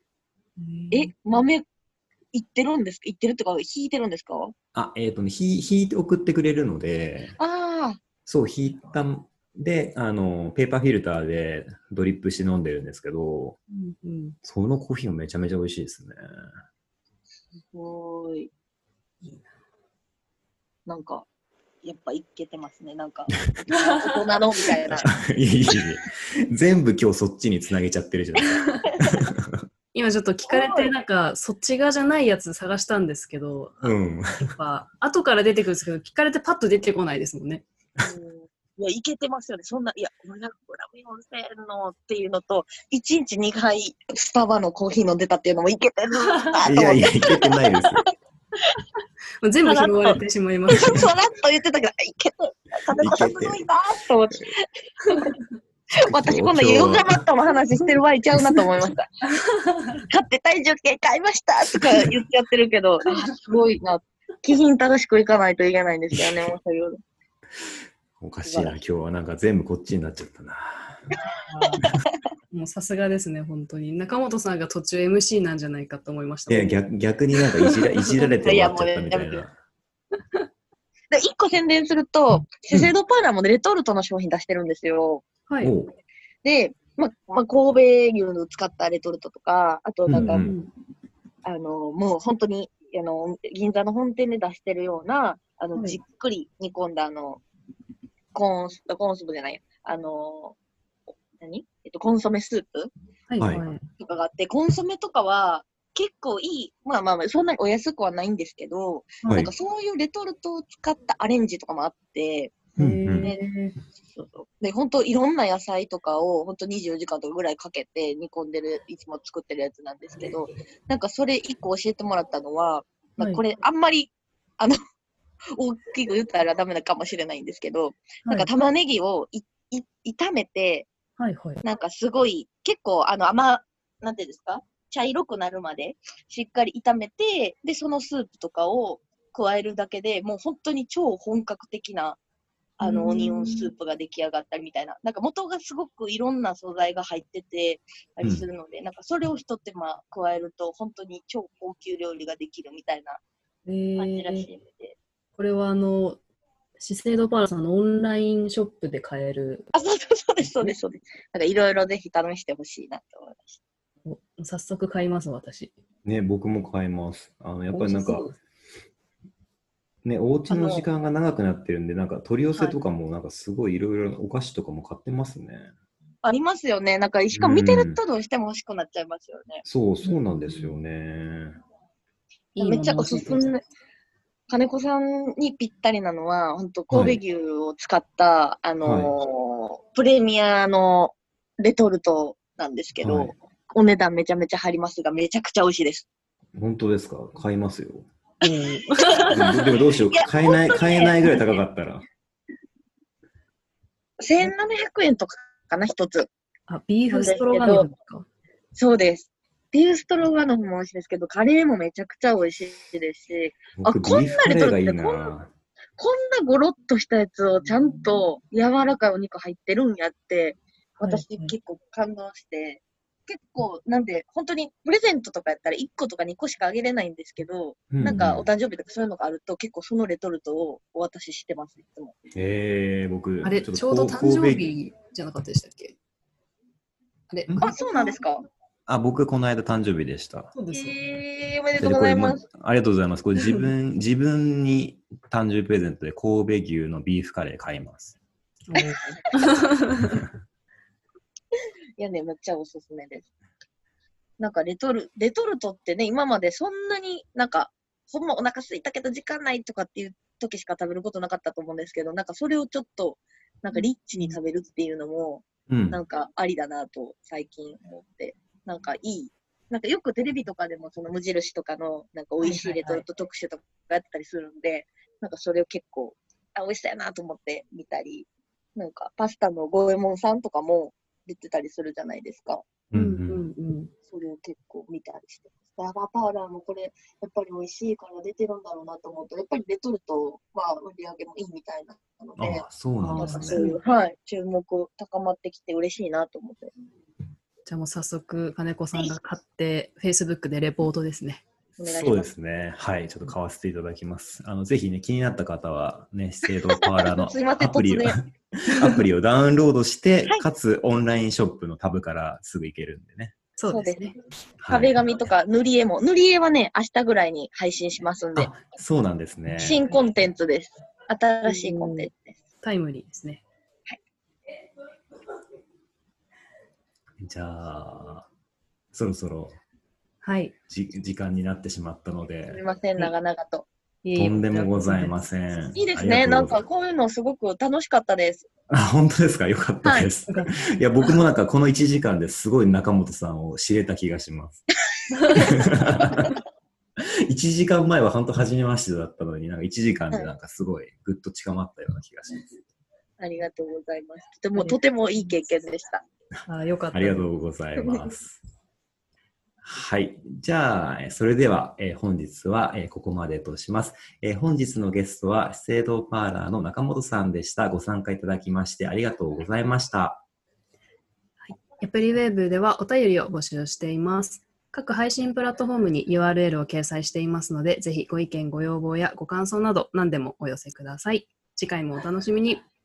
豆、いってるんですか？いってるってか、引いてるんですか？ 引いて送ってくれるので、 ああ、 そう、引いたで、ペーパーフィルターでドリップして飲んでるんですけど、 うんうん。 そのコーヒーもめちゃめちゃ美味しいですね。 すごい。なんか、やっぱいけてますね。なんか、大人のみたいな。 いえいえいえ。全部今日そっちにつなげちゃってるじゃないですか。 今ちょっと聞かれて、なんか、そっち側じゃないやつ探したんですけど、 うん。 やっぱ、後から出てくるんですけど、聞かれてパッと出てこないですもんね。 いや、いけてますよね。そんな、いや、500グラム4000円のっていうのと、1日2回スタバのコーヒー飲んでたっていうのもいけてるなと思って、 いやいや、いけてないですよ。 もう全部拾われてしまいますね。 さらっと言ってたけど、いけてる。金子さんすいけてる。 ごいなと思って、私こんな今日ヨガマットの話してる場合ちゃうなと思いました。買って体重計買いましたとか言っちゃってるけど、すごいな。気品正しくいかないといけないんですよね、もうそういう。 おかしいな、今日はなんか全部こっちになっちゃったな。 もうさすがですね、本当に。中本さんが途中 MC なんじゃないかと思いましたいや、 もん。 逆になんかいじられて終わっちゃったみたいな。 で、一個宣伝すると、資生堂パーラーもレトルトの商品出してるんですよ。 はい。 おう。 で、神戸牛を使ったレトルトとか、あとなんか、 うんもう本当に、銀座の本店で出してるような、 はいじっくり煮込んだ、コーンスープじゃない、コンソメスープはい。 はいはい。 とかがあって、コンソメとかは結構いい、そんなにお安くはないんですけど、 はい。 なんかそういうレトルトを使ったアレンジとかもあって、 うんで、そうそう。で、本当いろんな野菜とかを本当24時間とかぐらいかけて煮込んでる、いつも作ってるやつなんですけど、なんかそれ一個教えてもらったのは、 はいこれあんまり、あの、大きく言ったらダメなかもしれないんですけど、なんか玉ねぎを炒めて、 はい。はい。 なんかすごい、結構なんていうんですか、茶色くなるまでしっかり炒めて、で、そのスープとかを加えるだけでもう本当に超本格的なオニオンスープが出来上がったりみたいな。なんか元がすごくいろんな素材が入っててたりするので、なんかそれを一手間加えると本当に超高級料理ができるみたいな感じらしいので。 これは資生堂パーラさんのオンラインショップで買える。 そうです、そうです、そうです。なんかいろいろぜひ試してほしいなと思いました。 早速買います、私。 ね、僕も買います。やっぱりなんか、 美味しそうです。 ね、お家の時間が長くなってるんで、なんか取り寄せはい。 とかもなんかすごいいろいろお菓子とかも買ってますね。 ありますよね。なんか、しかうも見てるん。 とどうしても欲しくなっちゃいますよね。 そうなんですよね。 いいもめっちゃおのを教えてほしい。 すすめ。金子さんにぴったりなのは、本当はい。 神戸牛を使った、 はい。 プレミアのレトルトなんですけど、 はい。 お値段めちゃめちゃ張りますが、めちゃくちゃ美味しいです。 本当ですか？買いますよ。 おーでもどうしよう。 いや、本当買えないぐらい高かったら。 1700円とかかな、一つ。 あ、ビーなんでフストロガノフすけど、 ですか？ そうです。ビーフストロガノフも美味しいですけど、カレーもめちゃくちゃ美味しいですし、あ、 僕、 こんビーフカなレトルトでレーがいいな。 こんなゴロッとしたやつをちゃんと柔らかいお肉入ってるんやって、 はい。 私結構感動して、結構、なんで、本当にプレゼントとかやったら1個とか2個しかあげれないんですけど、 うんなんかおうん。 誕生日とかそういうのがあると結構そのレトルトをお渡ししてます、いつも。 僕、 あれ、 ちょっとちょうど誕生日じゃなかったでしたっけ？あれ、 あ、 金子さん。 そうなんですか？ 僕、この間誕生日でした。 そうですよね。 おめでとうごこれもう、 ざいます。 ありがとうございます。これ自分に誕生日プレゼントで神戸牛のビーフカレー買います。 おーいやね、めっちゃおすすめです。なんかレトルトってね、今までそんなになんか、ほんまお腹空いたけど時間ないとかっていう時しか食べることなかったと思うんですけど、なんかそれをちょっと、なんかリッチに食べるっていうのも、 うん。 なんかありだなと最近思って、なんかいい。なんかよくテレビとかでもその無印とかのなんか美は味しいレトルいはいはい。 ト特集とかやったりするんで、なんかそれを結構、美味しそうやなと思って見たり、 なんかパスタの五右衛門さんとかも出てたりするじゃないですか。 うんうんそれを結構見たりしてます。パーラーもこれ、やっぱり美味しいから出てるんだろうなと思うと、やっぱりレトルトは売り上げもいいみたいなので、 そうなんですね。 そういう、はい、注目高まってきて嬉しいなと思って。 じゃあもう早速、金子さんが買って、Facebook でレポートですね。 そうですね。はい。ちょっと買わせていただきます。ぜひね、気になった方はね、資生堂パーラーのアプリをダウンロードして、かつオンラインショップのタブからすぐ行けるんでね。 そうですね。 壁紙とか塗り絵も、塗り絵はね、明日ぐらいに配信しますんで。 そうなんですね。 新コンテンツです。新しいコンテンツです。 タイムリーですね。 はい。 じゃあ、そろそろ、 はい。 時間になってしまったので。 すみません、長々と。 とんでもございません。 いいですね。なんかこういうのすごく楽しかったです。 本当ですか？よかったです。いや、僕もなんかこの1時間ですごい中本さんを知れた気がします。1時間前は本当初めましてだったのに、なんか1時間でなんかすごいぐっと近まったような気がします。 ありがとうございます。とてもいい経験でした。 よかった。 ありがとうございます。はい。じゃあ、それでは、本日は、ここまでとします。本日のゲストは、資生堂パーラーの中本さんでした。ご参加いただきましてありがとうございました。 はい、アプリウェーブではお便りを募集しています。各配信プラットフォームに URL を掲載していますので、ぜひご意見、ご要望やご感想など何でもお寄せください。次回もお楽しみに。